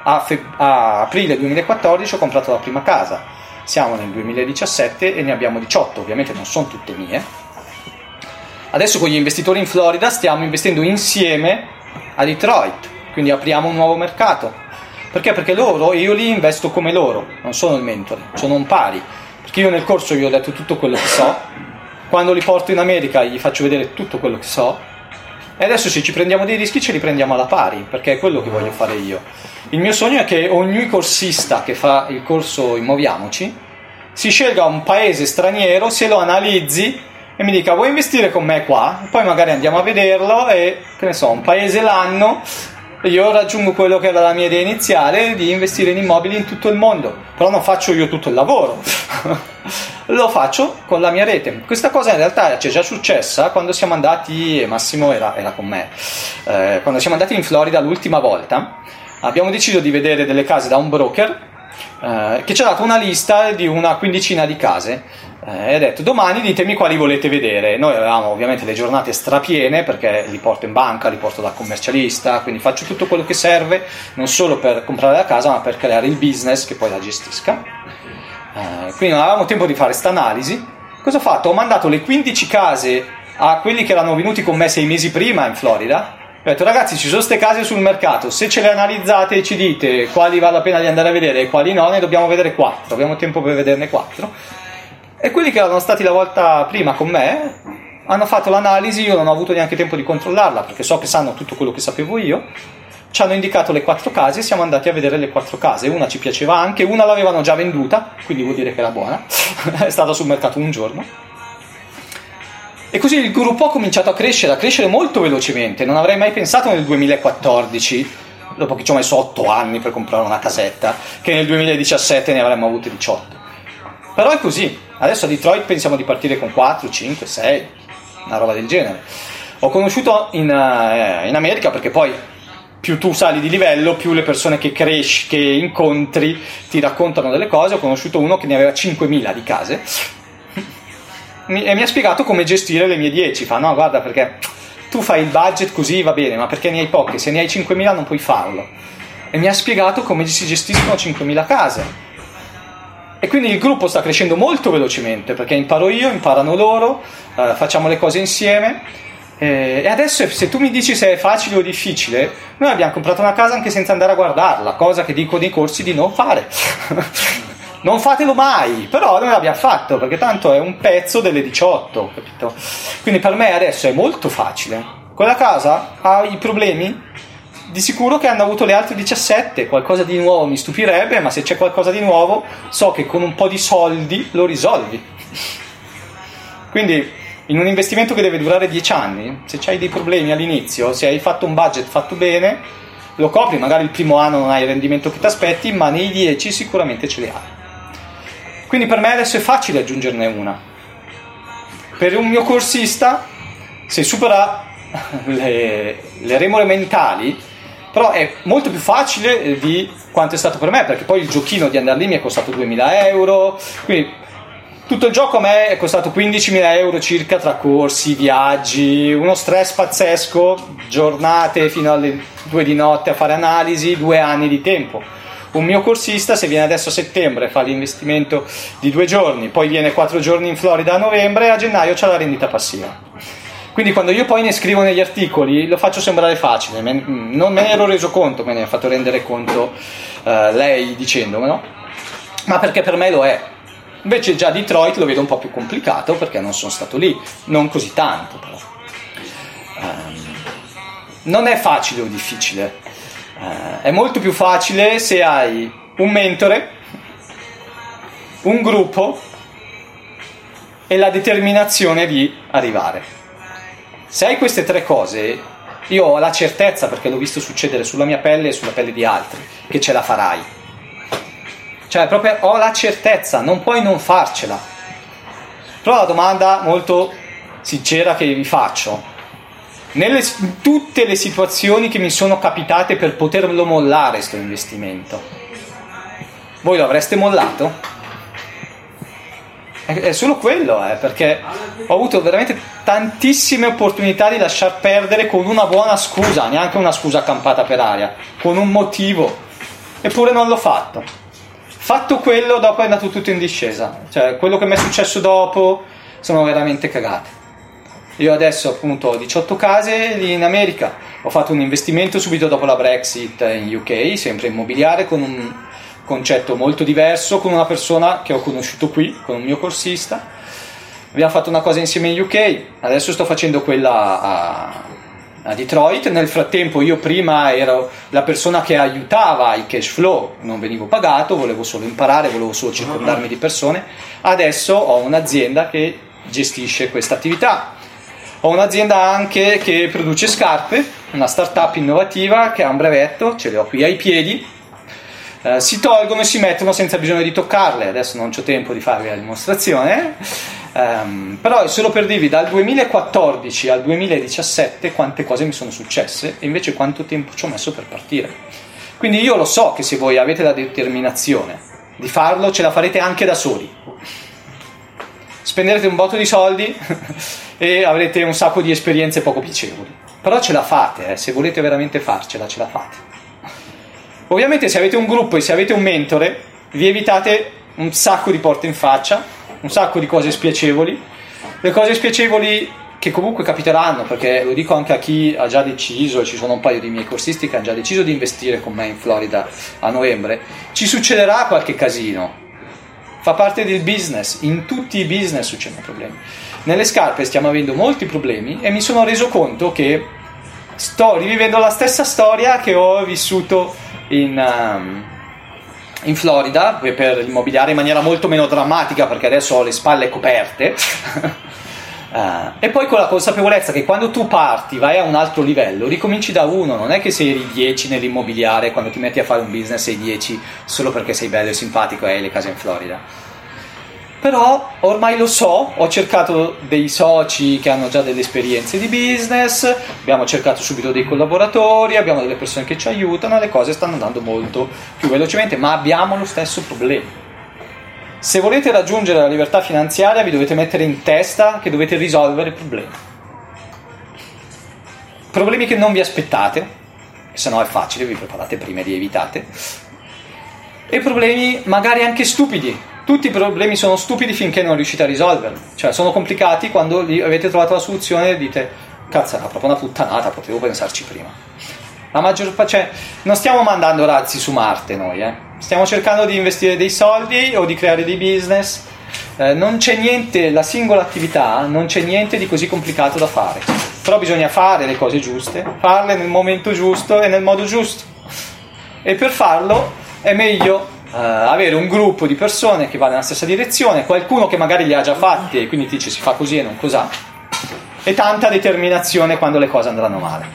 a aprile 2014 ho comprato la prima casa, siamo nel 2017 e ne abbiamo 18, ovviamente non sono tutte mie. Adesso con gli investitori in Florida stiamo investendo insieme a Detroit, quindi apriamo un nuovo mercato. Perché? Perché io li investo come loro, non sono il mentore, sono un pari, perché io nel corso gli ho detto tutto quello che so, quando li porto in America gli faccio vedere tutto quello che so, e adesso se ci prendiamo dei rischi ce li prendiamo alla pari, perché è quello che voglio fare io. Il mio sogno è che ogni corsista che fa il corso Immoviamoci si scelga un paese straniero, se lo analizzi e mi dica vuoi investire con me qua? Poi magari andiamo a vederlo e, che ne so, un paese l'anno, io raggiungo quello che era la mia idea iniziale di investire in immobili in tutto il mondo. Però non faccio io tutto il lavoro, lo faccio con la mia rete. Questa cosa in realtà ci è già successa quando siamo andati, e Massimo era con me, quando siamo andati in Florida l'ultima volta. Abbiamo deciso di vedere delle case da un broker che ci ha dato una lista di una quindicina di case, e ha detto domani ditemi quali volete vedere. Noi avevamo ovviamente le giornate strapiene, perché li porto in banca, li porto dal commercialista, quindi faccio tutto quello che serve non solo per comprare la casa ma per creare il business che poi la gestisca, quindi non avevamo tempo di fare sta analisi. Cosa ho fatto? Ho mandato le 15 case a quelli che erano venuti con me 6 mesi prima in Florida. Ho detto ragazzi, ci sono queste case sul mercato, se ce le analizzate ci dite quali vale la pena di andare a vedere e quali no, ne dobbiamo vedere 4, abbiamo tempo per vederne 4. E quelli che erano stati la volta prima con me hanno fatto l'analisi, io non ho avuto neanche tempo di controllarla perché so che sanno tutto quello che sapevo io. Ci hanno indicato le 4 case e siamo andati a vedere le 4 case. Una ci piaceva anche, una l'avevano già venduta, quindi vuol dire che era buona. È stata sul mercato un giorno. E così il gruppo ha cominciato a crescere molto velocemente. Non avrei mai pensato nel 2014, dopo che ci ho messo 8 anni per comprare una casetta, che nel 2017 ne avremmo avute 18. Però è così. Adesso a Detroit pensiamo di partire con 4, 5, 6, una roba del genere. Ho conosciuto in America, perché poi più tu sali di livello, più le persone che cresci, che incontri, ti raccontano delle cose. Ho conosciuto uno che ne aveva 5.000 di case e mi ha spiegato come gestire le mie 10. Fa, no, guarda, perché tu fai il budget così, va bene, ma perché ne hai poche? Se ne hai 5.000 non puoi farlo. E mi ha spiegato come si gestiscono 5.000 case. E quindi il gruppo sta crescendo molto velocemente, perché imparo io, imparano loro, facciamo le cose insieme. E adesso, se tu mi dici se è facile o difficile, noi abbiamo comprato una casa anche senza andare a guardarla, cosa che dico nei corsi di non fare. Non fatelo mai, però noi l'abbiamo fatto perché tanto è un pezzo delle 18, capito? Quindi per me adesso è molto facile. Quella casa ha i problemi di sicuro che hanno avuto le altre 17, qualcosa di nuovo mi stupirebbe, ma se c'è qualcosa di nuovo so che con un po' di soldi lo risolvi. Quindi in un investimento che deve durare 10 anni, se c'hai dei problemi all'inizio, se hai fatto un budget fatto bene, lo copri. Magari il primo anno non hai il rendimento che ti aspetti, ma nei 10 sicuramente ce li hai. Quindi per me adesso è facile aggiungerne una. Per un mio corsista, se supera le remore mentali, però è molto più facile di quanto è stato per me, perché poi il giochino di andare lì mi è costato 2.000 euro, quindi tutto il gioco a me è costato 15.000 euro circa, tra corsi, viaggi, uno stress pazzesco, giornate fino alle 2 di notte a fare analisi, 2 anni di tempo. Un mio corsista, se viene adesso a settembre, fa l'investimento di 2 giorni, poi viene 4 giorni in Florida a novembre, e a gennaio c'ha la rendita passiva. Quindi quando io poi ne scrivo negli articoli lo faccio sembrare facile, non me ne ero reso conto, me ne ha fatto rendere conto lei dicendomelo, ma perché per me lo è. Invece già Detroit lo vedo un po' più complicato perché non sono stato lì, non così tanto però. Non è facile o difficile, è molto più facile se hai un mentore, un gruppo e la determinazione di arrivare. Se hai queste 3 cose, io ho la certezza, perché l'ho visto succedere sulla mia pelle e sulla pelle di altri, che ce la farai. Cioè proprio ho la certezza, non puoi non farcela. Però la domanda molto sincera che vi faccio: in tutte le situazioni che mi sono capitate per poterlo mollare sto investimento, voi lo avreste mollato? È solo quello, perché ho avuto veramente tantissime opportunità di lasciar perdere con una buona scusa, neanche una scusa campata per aria, con un motivo, eppure non l'ho fatto. Fatto quello, dopo è andato tutto in discesa. Cioè, quello che mi è successo dopo sono veramente cagate. Io adesso appunto ho 18 case lì in America, ho fatto un investimento subito dopo la Brexit in UK, sempre immobiliare, con un concetto molto diverso, con una persona che ho conosciuto qui, con un mio corsista. Abbiamo fatto una cosa insieme in UK, adesso sto facendo quella a Detroit. Nel frattempo io prima ero la persona che aiutava i cash flow, non venivo pagato, volevo solo imparare, volevo solo circondarmi di persone. Adesso ho un'azienda che gestisce questa attività. Ho un'azienda anche che produce scarpe, una startup innovativa che ha un brevetto, ce le ho qui ai piedi, si tolgono e si mettono senza bisogno di toccarle. Adesso non c'ho tempo di farvi la dimostrazione, però è solo per dirvi dal 2014 al 2017 quante cose mi sono successe e invece quanto tempo ci ho messo per partire. Quindi io lo so che se voi avete la determinazione di farlo, ce la farete anche da soli. Spenderete un botto di soldi e avrete un sacco di esperienze poco piacevoli, però ce la fate, se volete veramente farcela, ce la fate. Ovviamente se avete un gruppo e se avete un mentore, vi evitate un sacco di porte in faccia, un sacco di cose spiacevoli, le cose spiacevoli che comunque capiteranno, perché lo dico anche a chi ha già deciso, ci sono un paio di miei corsisti che hanno già deciso di investire con me in Florida a novembre, ci succederà qualche casino, fa parte del business, in tutti i business succedono problemi. nelle scarpe stiamo avendo molti problemi e mi sono reso conto che sto rivivendo la stessa storia che ho vissuto in Florida per l'immobiliare in maniera molto meno drammatica, perché adesso ho le spalle coperte. E poi con la consapevolezza che quando tu parti, vai a un altro livello, ricominci da 1, non è che se eri 10 nell'immobiliare, quando ti metti a fare un business sei 10 solo perché sei bello e simpatico e hai le case in Florida. Però ormai lo so, ho cercato dei soci che hanno già delle esperienze di business, abbiamo cercato subito dei collaboratori, abbiamo delle persone che ci aiutano, le cose stanno andando molto più velocemente, ma abbiamo lo stesso problema. Se volete raggiungere la libertà finanziaria vi dovete mettere in testa che dovete risolvere problemi. Problemi che non vi aspettate, se no è facile, vi preparate prima e li evitate, e problemi magari anche stupidi. Tutti i problemi sono stupidi finché non riuscite a risolverli, cioè sono complicati quando avete trovato la soluzione e dite cazzo, era proprio una puttanata, potevo pensarci prima. La maggior cioè, non stiamo mandando razzi su Marte noi, stiamo cercando di investire dei soldi o di creare dei business, non c'è niente, la singola attività non c'è niente di così complicato da fare, però bisogna fare le cose giuste, farle nel momento giusto e nel modo giusto, e per farlo è meglio avere un gruppo di persone che va nella stessa direzione, qualcuno che magari li ha già fatti e quindi ti dice si fa così e non cos'ha, e tanta determinazione quando le cose andranno male.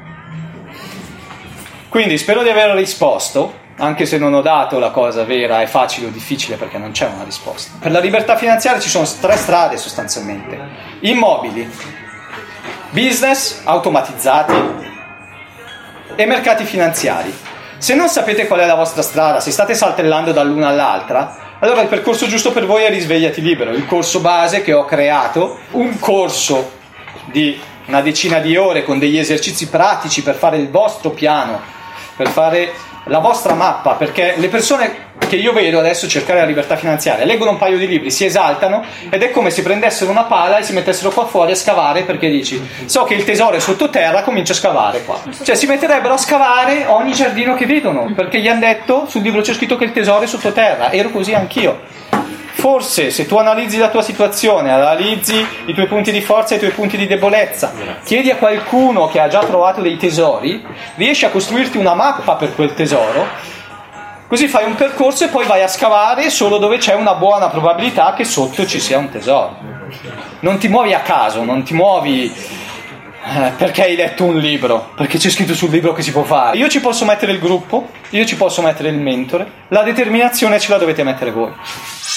Quindi spero di aver risposto, anche se non ho dato la cosa vera, è facile o difficile perché non c'è una risposta. Per la libertà finanziaria ci sono 3 strade sostanzialmente: immobili, business automatizzati e mercati finanziari. Se non sapete qual è la vostra strada, se state saltellando dall'una all'altra, allora il percorso giusto per voi è Risvegliati Libero, il corso base che ho creato, un corso di una decina di ore con degli esercizi pratici per fare il vostro piano, per fare la vostra mappa, perché le persone che io vedo adesso cercare la libertà finanziaria leggono un paio di libri, si esaltano ed è come se prendessero una pala e si mettessero qua fuori a scavare, perché dici so che il tesoro è sottoterra, comincio a scavare qua, cioè si metterebbero a scavare ogni giardino che vedono perché gli hanno detto sul libro c'è scritto che il tesoro è sottoterra, ero così anch'io. Forse se tu analizzi la tua situazione, analizzi i tuoi punti di forza e i tuoi punti di debolezza, chiedi a qualcuno che ha già trovato dei tesori, riesci a costruirti una mappa per quel tesoro, così fai un percorso e poi vai a scavare solo dove c'è una buona probabilità che sotto ci sia un tesoro. Non ti muovi a caso, non ti muovi perché hai letto un libro, perché c'è scritto sul libro che si può fare. Io ci posso mettere il gruppo, io ci posso mettere il mentore, la determinazione ce la dovete mettere voi.